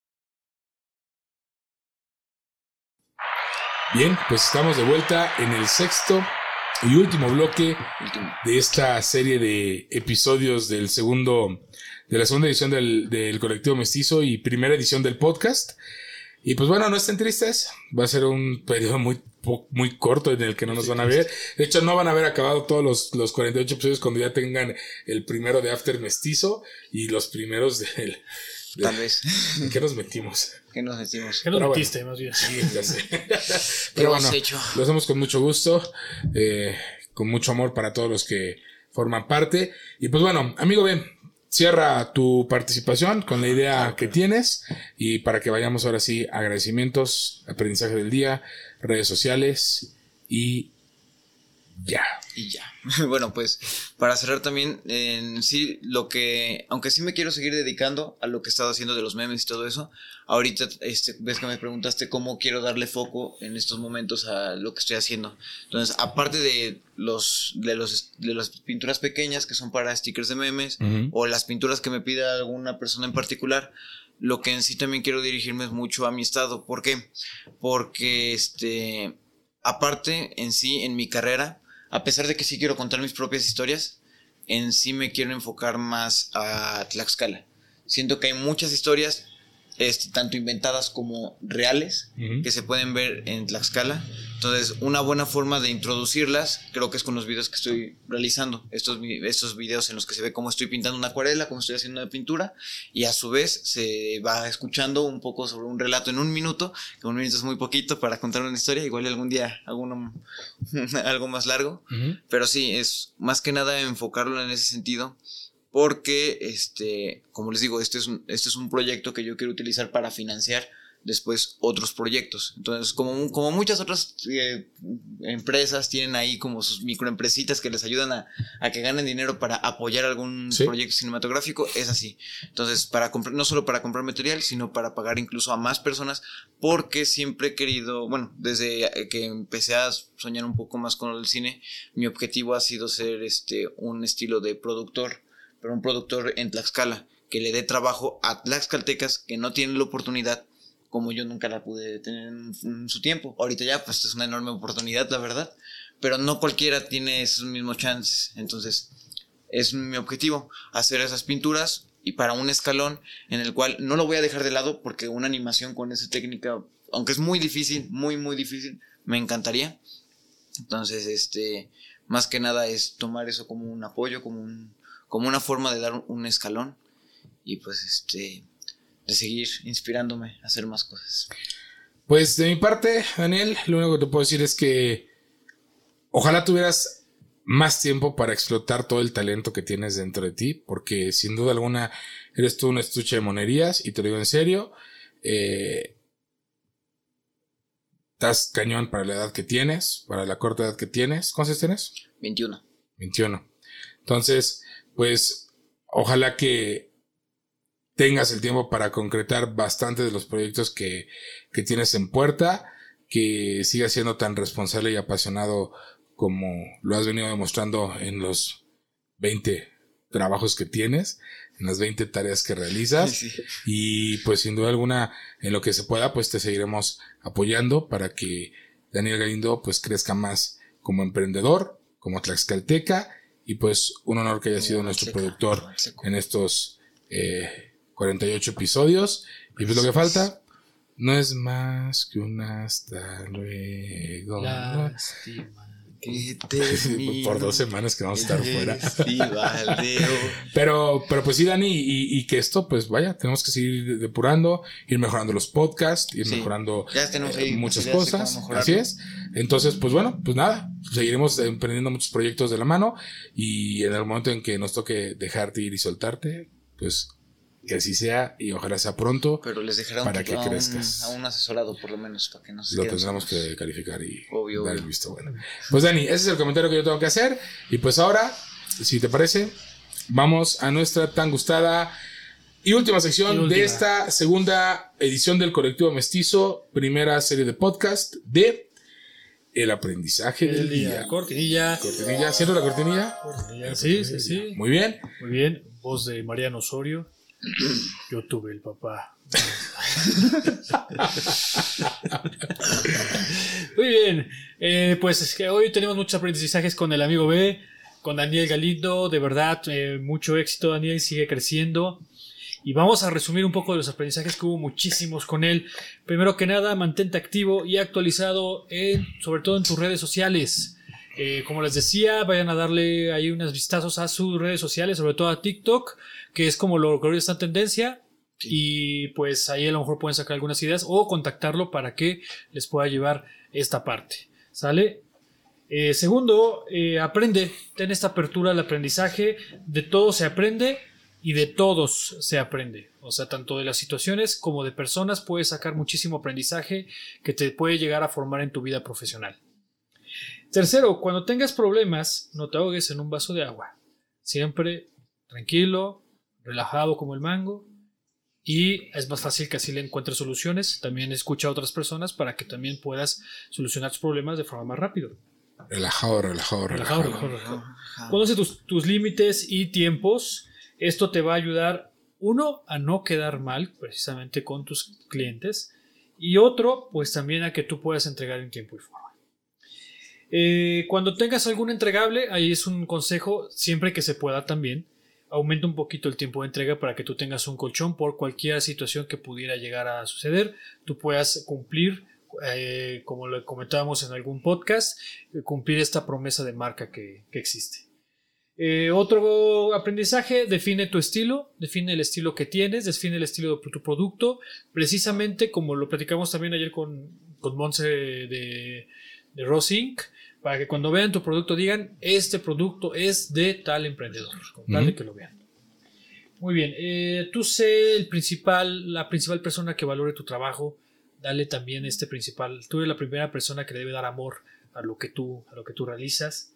Bien, pues estamos de vuelta en el sexto y último bloque de esta serie de episodios de la segunda edición del Colectivo Mestizo y primera edición del podcast. Y pues bueno, no estén tristes, va a ser un periodo muy corto en el que no nos van a ver. De hecho, no van a haber acabado todos los 48 episodios cuando ya tengan el primero de After Mestizo y los primeros del... Tal vez. ¿En qué nos metimos? ¿Qué nos metiste, más bien? Sí, ya sé. Pero bueno, lo hacemos con mucho gusto, con mucho amor para todos los que forman parte. Y pues bueno, amigo Ben, cierra tu participación con la idea que tienes y para que vayamos ahora sí a agradecimientos, aprendizaje del día, redes sociales y ya. Bueno, pues para cerrar también, aunque sí me quiero seguir dedicando a lo que he estado haciendo de los memes y todo eso, ahorita ves que me preguntaste cómo quiero darle foco en estos momentos a lo que estoy haciendo. Entonces, aparte de las pinturas pequeñas que son para stickers de memes, o las pinturas que me pida alguna persona en particular, lo que en sí también quiero dirigirme es mucho a mi estado. ¿Por qué? Porque aparte en sí, en mi carrera, a pesar de que sí quiero contar mis propias historias, en sí me quiero enfocar más a Tlaxcala. Siento que hay muchas historias tanto inventadas como reales, que se pueden ver en Tlaxcala. Entonces, una buena forma de introducirlas creo que es con los videos que estoy realizando. Estos videos en los que se ve cómo estoy pintando una acuarela, cómo estoy haciendo una pintura, y a su vez se va escuchando un poco sobre un relato en 1 minuto, que 1 minuto es muy poquito para contar una historia, igual algún día hago algo más largo. Pero sí, es más que nada enfocarlo en ese sentido, porque como les digo, este es un proyecto que yo quiero utilizar para financiar después otros proyectos. Entonces, como muchas otras empresas tienen ahí como sus microempresitas que les ayudan a que ganen dinero para apoyar algún proyecto cinematográfico, es así. Entonces, no solo para comprar material, sino para pagar incluso a más personas, porque siempre he querido, bueno, desde que empecé a soñar un poco más con el cine, mi objetivo ha sido ser un estilo de productor, pero un productor en Tlaxcala, que le dé trabajo a tlaxcaltecas que no tienen la oportunidad, como yo nunca la pude tener en su tiempo. Ahorita ya, pues es una enorme oportunidad, la verdad, pero no cualquiera tiene esos mismos chances. Entonces, es mi objetivo, hacer esas pinturas, y para un escalón en el cual no lo voy a dejar de lado, porque una animación con esa técnica, aunque es muy difícil, muy, muy difícil, me encantaría. Entonces, más que nada es tomar eso como un apoyo, como una forma de dar un escalón, y pues, de seguir inspirándome a hacer más cosas. Pues de mi parte, Daniel, lo único que te puedo decir es que ojalá tuvieras más tiempo para explotar todo el talento que tienes dentro de ti, porque sin duda alguna eres tú un estuche de monerías, y te lo digo en serio. Estás cañón para la edad que tienes, para la corta edad que tienes. ¿Cuántos tienes? 21. Entonces, pues ojalá que tengas el tiempo para concretar bastante de los proyectos que tienes en puerta, que sigas siendo tan responsable y apasionado como lo has venido demostrando en los 20 trabajos que tienes, en las 20 tareas que realizas. Sí. Y pues sin duda alguna, en lo que se pueda, pues te seguiremos apoyando para que Daniel Galindo pues crezca más como emprendedor, como tlaxcalteca, y pues un honor que haya sido nuestro productor en estos 48 episodios. Y pues lo que falta no es más que un hasta luego. Lástima que por 2 semanas que vamos a estar fuera. pero pues sí, Dani, y que esto pues vaya, tenemos que seguir depurando, ir mejorando los podcasts, ir mejorando muchas cosas. Así es. Entonces pues bueno, pues nada, seguiremos emprendiendo muchos proyectos de la mano, y en el momento en que nos toque dejarte ir y soltarte, pues que así sea, y ojalá sea pronto. Pero les dejará para que crezcas. A un asesorado por lo menos, para que no se lo tendremos que calificar y obvio. Dar el visto bueno. Pues Dani, ese es el comentario que yo tengo que hacer, y pues ahora, si te parece, vamos a nuestra tan gustada y última sección de esta segunda edición del Colectivo Mestizo, primera serie de podcast de el aprendizaje del día. Cortinilla. ¿Siento la cortinilla? Sí. Muy bien. Voz de Mariano Osorio. Yo tuve el papá. Muy bien. Pues es que hoy tenemos muchos aprendizajes con el amigo B, con Daniel Galindo. De verdad, mucho éxito, Daniel. Sigue creciendo. Y vamos a resumir un poco de los aprendizajes, que hubo muchísimos con él. Primero que nada, mantente activo y actualizado, sobre todo en tus redes sociales. Como les decía, vayan a darle ahí unos vistazos a sus redes sociales, sobre todo a TikTok, que es como lo que ahorita está en tendencia. Sí. Y pues ahí a lo mejor pueden sacar algunas ideas o contactarlo para que les pueda llevar esta parte. ¿Sale? Segundo, aprende. Ten esta apertura al aprendizaje. De todo se aprende y de todos se aprende. O sea, tanto de las situaciones como de personas puedes sacar muchísimo aprendizaje que te puede llegar a formar en tu vida profesional. Tercero, cuando tengas problemas, no te ahogues en un vaso de agua. Siempre tranquilo, relajado como el mango, y es más fácil que así le encuentres soluciones. También escucha a otras personas para que también puedas solucionar tus problemas de forma más rápido. Relajado. Conoce tus límites y tiempos. Esto te va a ayudar, uno, a no quedar mal precisamente con tus clientes, y otro, pues también a que tú puedas entregar en tiempo y forma. Cuando tengas algún entregable, ahí es un consejo, siempre que se pueda también, aumenta un poquito el tiempo de entrega para que tú tengas un colchón por cualquier situación que pudiera llegar a suceder. Tú puedas cumplir, como lo comentábamos en algún podcast, cumplir esta promesa de marca que existe. Otro aprendizaje: define tu estilo, define el estilo que tienes, define el estilo de tu producto, precisamente como lo platicamos también ayer con Monse de Rose Inc., para que cuando vean tu producto digan, este producto es de tal emprendedor, con tal de que lo vean. Muy bien, tú sé la principal persona que valore tu trabajo, dale también tú eres la primera persona que debe dar amor a lo que tú realizas.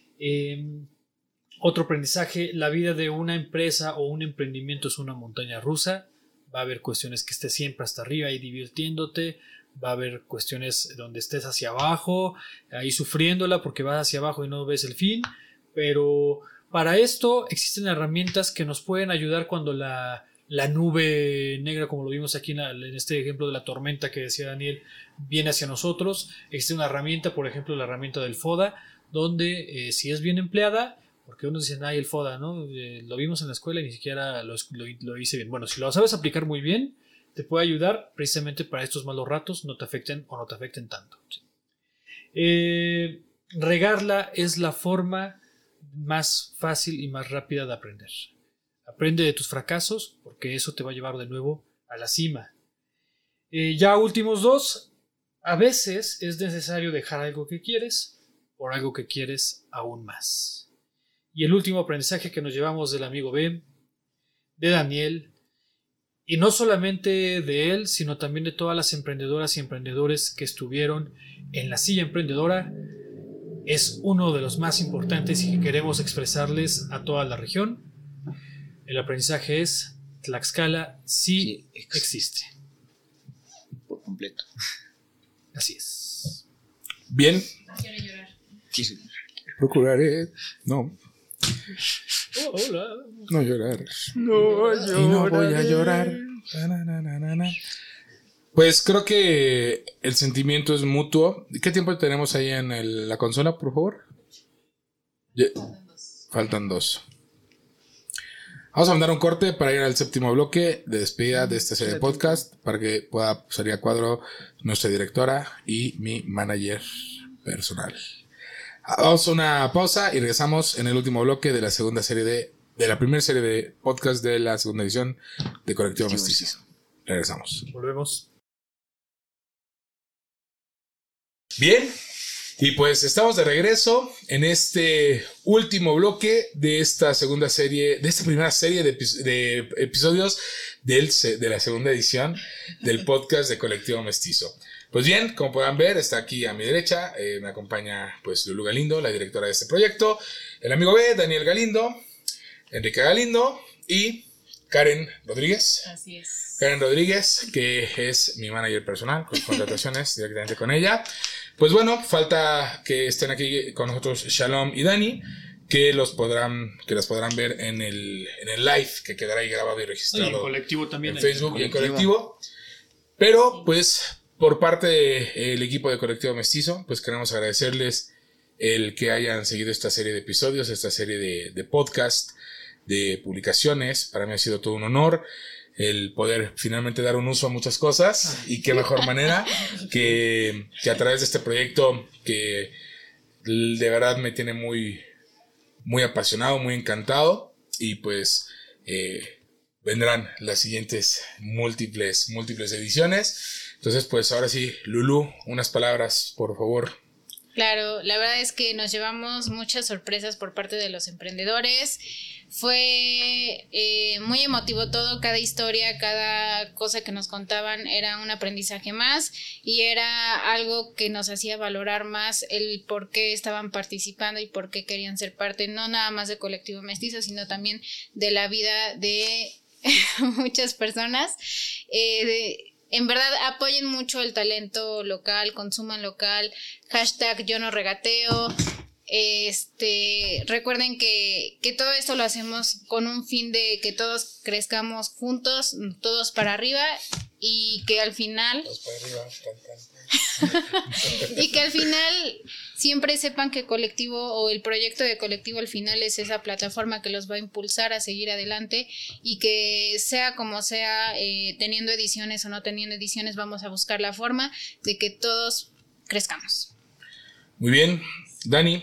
Otro aprendizaje: la vida de una empresa o un emprendimiento es una montaña rusa. Va a haber cuestiones que estés siempre hasta arriba y divirtiéndote, va a haber cuestiones donde estés hacia abajo, ahí sufriéndola porque vas hacia abajo y no ves el fin, pero para esto existen herramientas que nos pueden ayudar cuando la nube negra, como lo vimos aquí en este ejemplo de la tormenta que decía Daniel, viene hacia nosotros. Existe una herramienta, por ejemplo la herramienta del FODA, donde si es bien empleada, porque unos dicen, el FODA, ¿no? Lo vimos en la escuela y ni siquiera lo hice bien. Bueno, si lo sabes aplicar muy bien, te puede ayudar precisamente para estos malos ratos, no te afecten o no te afecten tanto. ¿Sí? Regarla es la forma más fácil y más rápida de aprender. Aprende de tus fracasos, porque eso te va a llevar de nuevo a la cima. Ya últimos dos: a veces es necesario dejar algo que quieres por algo que quieres aún más. Y el último aprendizaje que nos llevamos del amigo B, de Daniel, y no solamente de él, sino también de todas las emprendedoras y emprendedores que estuvieron en la silla emprendedora, es uno de los más importantes y que queremos expresarles a toda la región. El aprendizaje es: Tlaxcala sí existe. Por completo. Así es. Bien. Quiero llorar. Procuraré. No. Hola. No llorar. No Y no voy a llorar. Pues creo que el sentimiento es mutuo. ¿Qué tiempo tenemos ahí en la consola, por favor? Faltan 2. Vamos a mandar un corte para ir al séptimo bloque de despedida de esta serie de podcast, para que pueda salir a cuadro nuestra directora y mi manager personal. Vamos a una pausa y regresamos en el último bloque de la segunda serie de la primera serie de podcast de la segunda edición de Colectivo Mestizo. Regresamos. Volvemos. Bien, y pues estamos de regreso en este último bloque de esta segunda serie, de esta primera serie de episodios de la segunda edición del podcast de Colectivo Mestizo. Pues bien, como podrán ver, está aquí a mi derecha, me acompaña pues Lulu Galindo, la directora de este proyecto, el amigo B, Daniel Galindo, Enrique Galindo y Karen Rodríguez. Así es. Karen Rodríguez, que es mi manager personal, con contrataciones directamente con ella. Pues bueno, falta que estén aquí con nosotros Shalom y Dani, que las podrán ver en el live que quedará ahí grabado y registrado. Y en colectivo también. En Facebook y en colectivo. Pero pues por parte del equipo de Colectivo Mestizo, pues queremos agradecerles el que hayan seguido esta serie de episodios, esta serie de podcast, de publicaciones. Para mí ha sido todo un honor el poder finalmente dar un uso a muchas cosas, y qué mejor manera que a través de este proyecto que de verdad me tiene muy, muy apasionado, muy encantado, y pues vendrán las siguientes múltiples ediciones. Entonces pues ahora sí, Lulú, unas palabras por favor. Claro, la verdad es que nos llevamos muchas sorpresas por parte de los emprendedores. Fue muy emotivo todo, cada historia, cada cosa que nos contaban era un aprendizaje más, y era algo que nos hacía valorar más el por qué estaban participando y por qué querían ser parte, no nada más de Colectivo Mestizo, sino también de la vida de muchas personas. En verdad, apoyen mucho el talento local, consuman local, #YoNoRegateo. Recuerden que todo esto lo hacemos con un fin de que todos crezcamos juntos, todos para arriba, y que al final Los para arriba, y que al final siempre sepan que Colectivo o el proyecto de Colectivo al final es esa plataforma que los va a impulsar a seguir adelante y que sea como sea, teniendo ediciones o no teniendo ediciones, vamos a buscar la forma de que todos crezcamos. Muy bien, Dani.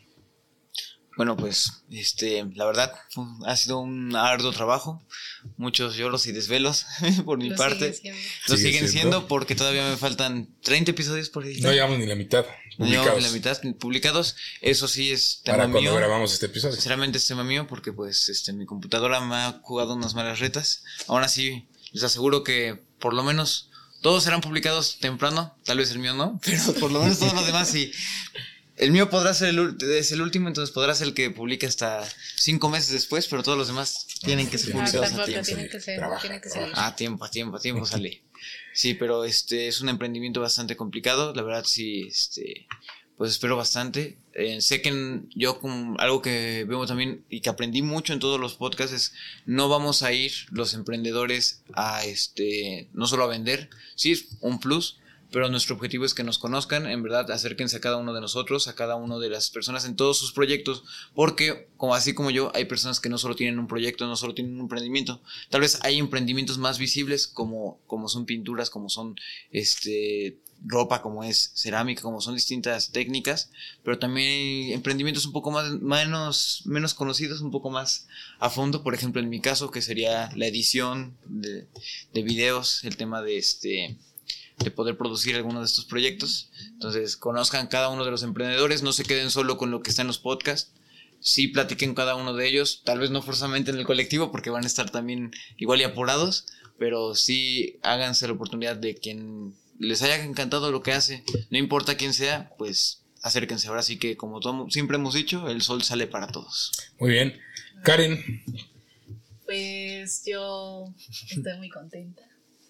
Bueno, pues, la verdad, ha sido un arduo trabajo, muchos lloros y desvelos por mi parte. Lo siguen siendo porque todavía me faltan 30 episodios por editar. No llevamos ni la mitad publicados. Eso sí es tema para mío. cuando grabamos este episodio. Sinceramente es tema mío porque pues mi computadora me ha jugado unas malas retas. Aún así, les aseguro que por lo menos todos serán publicados temprano. Tal vez el mío no, pero por lo menos todos los demás sí. El mío podrá ser es el último, entonces podrá ser el que publique hasta 5 meses después, pero todos los demás tienen que ser publicados a tiempo. Tiene que ser. A tiempo sale. Sí, pero es un emprendimiento bastante complicado, la verdad sí, pues espero bastante. Sé que yo como algo que veo también y que aprendí mucho en todos los podcasts es no vamos a ir los emprendedores a no solo a vender, sí es un plus, pero nuestro objetivo es que nos conozcan, en verdad acérquense a cada uno de nosotros, a cada una de las personas en todos sus proyectos, porque así como yo, hay personas que no solo tienen un proyecto, no solo tienen un emprendimiento, tal vez hay emprendimientos más visibles como son pinturas, como son ropa, como es cerámica, como son distintas técnicas, pero también hay emprendimientos un poco menos conocidos, un poco más a fondo, por ejemplo en mi caso que sería la edición de videos, el tema de poder producir alguno de estos proyectos. Entonces conozcan cada uno de los emprendedores, no se queden solo con lo que está en los podcasts, sí platiquen cada uno de ellos, tal vez no forzosamente en el colectivo porque van a estar también igual y apurados, pero sí háganse la oportunidad de quien les haya encantado lo que hace, no importa quién sea, pues acérquense. Ahora sí que como siempre hemos dicho, el sol sale para todos. Muy bien, Karen. Pues yo estoy muy contenta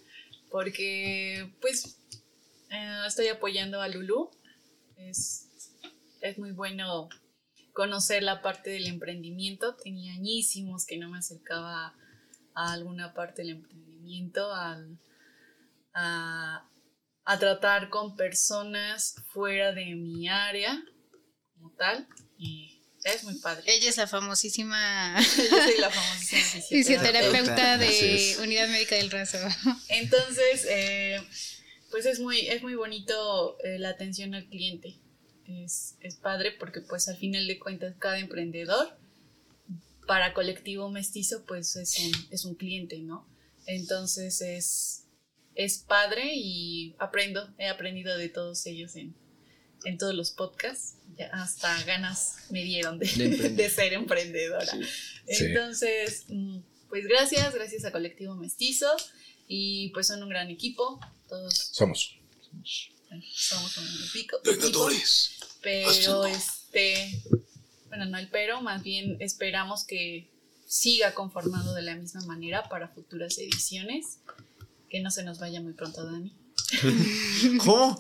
porque pues estoy apoyando a Lulú. Es muy bueno conocer la parte del emprendimiento. Tenía añísimos que no me acercaba a alguna parte del emprendimiento, a tratar con personas fuera de mi área como tal, y es muy padre. Ella es la famosísima Yo soy la famosísima fisioterapeuta de Unidad Médica del Raso. Entonces pues es muy bonito la atención al cliente. Es padre porque pues al final de cuentas cada emprendedor para Colectivo Mestizo pues es un cliente, ¿no? Entonces es padre y he aprendido de todos ellos en todos los podcasts. Ya hasta ganas me dieron de ser emprendedora. Sí. Entonces, pues gracias a Colectivo Mestizo y pues son un gran equipo. Todos somos un equipo. Pero bueno, no el pero, más bien esperamos que siga conformado de la misma manera para futuras ediciones. Que no se nos vaya muy pronto, Dani. ¿Cómo?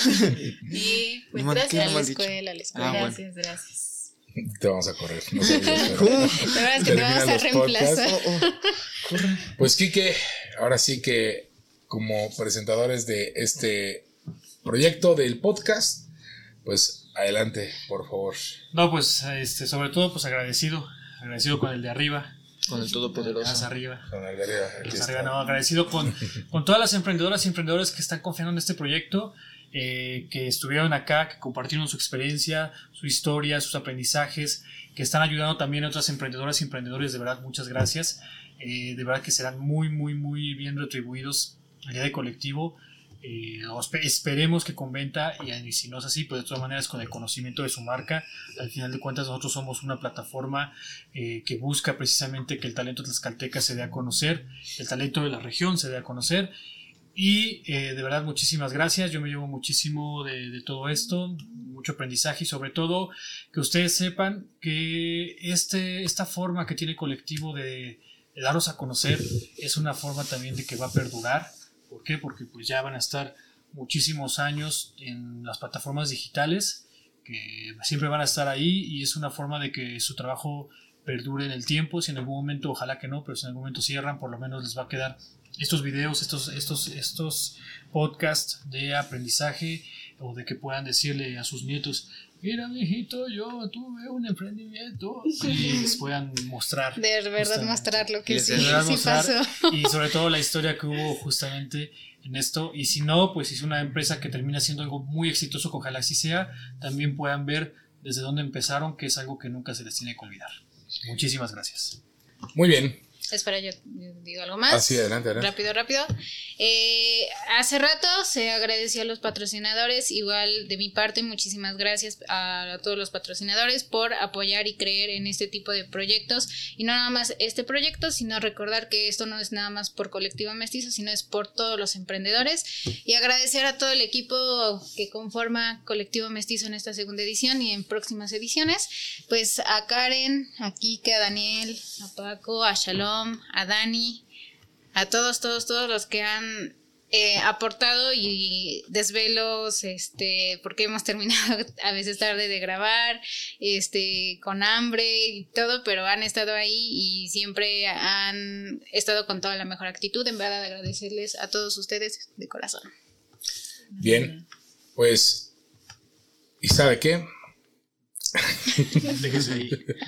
Y pues gracias. A la escuela. Gracias. Te vamos a correr. No sabías, pero la verdad es que te vamos a reemplazar. Pues Quique, ahora sí que como presentadores de este proyecto del podcast, pues adelante, por favor. No, pues sobre todo pues agradecido con el de arriba. Con el todopoderoso. Más arriba. Con el de arriba. Aquí está. No, agradecido con todas las emprendedoras y emprendedores que están confiando en este proyecto, que estuvieron acá, que compartieron su experiencia, su historia, sus aprendizajes, que están ayudando también a otras emprendedoras y emprendedores. De verdad, muchas gracias. De verdad que serán muy, muy, muy bien retribuidos el día de Colectivo. Esperemos que con venta, y si no es así, pues de todas maneras con el conocimiento de su marca. Al final de cuentas nosotros somos una plataforma que busca precisamente que el talento tlaxcalteca se dé a conocer, el talento de la región se dé a conocer, y de verdad muchísimas gracias. Yo me llevo muchísimo de todo esto, mucho aprendizaje, y sobre todo que ustedes sepan que esta forma que tiene Colectivo de daros a conocer es una forma también de que va a perdurar. ¿Por qué? Porque pues ya van a estar muchísimos años en las plataformas digitales, que siempre van a estar ahí, y es una forma de que su trabajo perdure en el tiempo. Si en algún momento, ojalá que no, pero si en algún momento cierran, por lo menos les va a quedar estos videos, estos podcasts de aprendizaje, o de que puedan decirle a sus nietos: mira, mijito, yo tuve un emprendimiento, y les puedan mostrar. De verdad mostrar lo que sí mostrar, pasó. y sobre todo la historia que hubo justamente en esto. Y si no, pues si es una empresa que termina siendo algo muy exitoso, que ojalá así sea, también puedan ver desde dónde empezaron, que es algo que nunca se les tiene que olvidar. Muchísimas gracias. Muy bien. Espera, yo digo algo más. Así, adelante. Rápido. Hace rato se agradeció a los patrocinadores. Igual de mi parte, muchísimas gracias a todos los patrocinadores por apoyar y creer en este tipo de proyectos. Y no nada más este proyecto, sino recordar que esto no es nada más por Colectivo Mestizo, sino es por todos los emprendedores. Y agradecer a todo el equipo que conforma Colectivo Mestizo en esta segunda edición y en próximas ediciones. Pues a Karen, a Kike, a Daniel, a Paco, a Shalom, a Dani, a todos los que han aportado, y desvelos, porque hemos terminado a veces tarde de grabar, con hambre y todo, pero han estado ahí y siempre han estado con toda la mejor actitud. En verdad, agradecerles a todos ustedes de corazón. Bien, pues, ¿y sabe qué? Déjese ahí.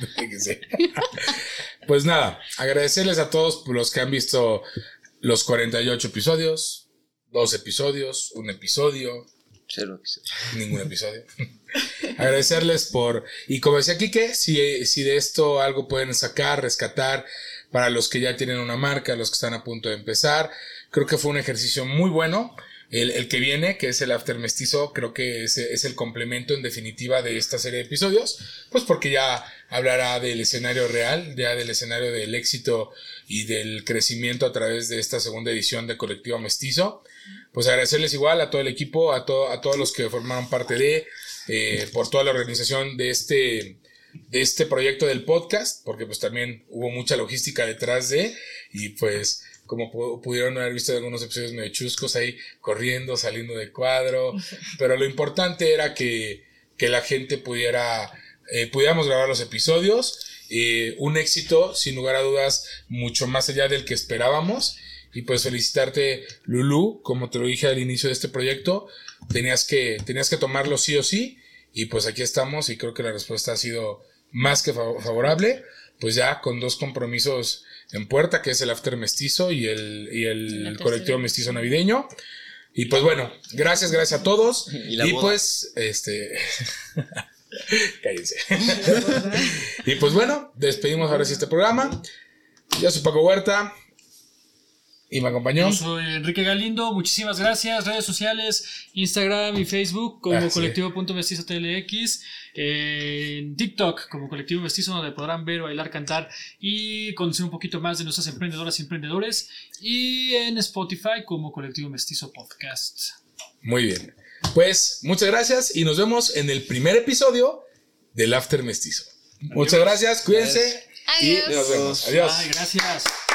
Pues nada, agradecerles a todos los que han visto los 48 episodios, 2 episodios, 1 episodio, 0 episodios, ningún episodio. Agradecerles y como decía Quique, si de esto algo pueden sacar, rescatar, para los que ya tienen una marca, los que están a punto de empezar, creo que fue un ejercicio muy bueno. El que viene, que es el After Mestizo, creo que es el complemento en definitiva de esta serie de episodios, pues porque ya hablará del escenario real, ya del escenario del éxito y del crecimiento a través de esta segunda edición de Colectivo Mestizo. Pues agradecerles igual a todo el equipo, a todos los que formaron parte por toda la organización de este proyecto del podcast, porque pues también hubo mucha logística detrás y pues como pudieron haber visto en algunos episodios medio chuscos ahí corriendo, saliendo de cuadro, pero lo importante era que la gente pudiéramos grabar los episodios, un éxito sin lugar a dudas mucho más allá del que esperábamos. Y pues felicitarte, Lulú, como te lo dije al inicio de este proyecto, tenías que tomarlo sí o sí, y pues aquí estamos, y creo que la respuesta ha sido más que favorable, pues ya con 2 compromisos en puerta, que es el After Mestizo y el Colectivo Mestizo Navideño. Y pues bueno, gracias a todos. Y pues, cállense. Y pues bueno, despedimos ahora sí este programa. Yo soy Paco Huerta y me acompañó. Yo soy Enrique Galindo, muchísimas gracias. Redes sociales, Instagram y Facebook como colectivo.mestizotlx, en TikTok como Colectivo Mestizo, donde podrán ver, bailar, cantar y conocer un poquito más de nuestras emprendedoras y emprendedores, y en Spotify como Colectivo Mestizo Podcast. Muy bien, pues muchas gracias y nos vemos en el primer episodio del After Mestizo. Muchas gracias, cuídense. Adiós. Y nos vemos. Adiós. Ay, gracias.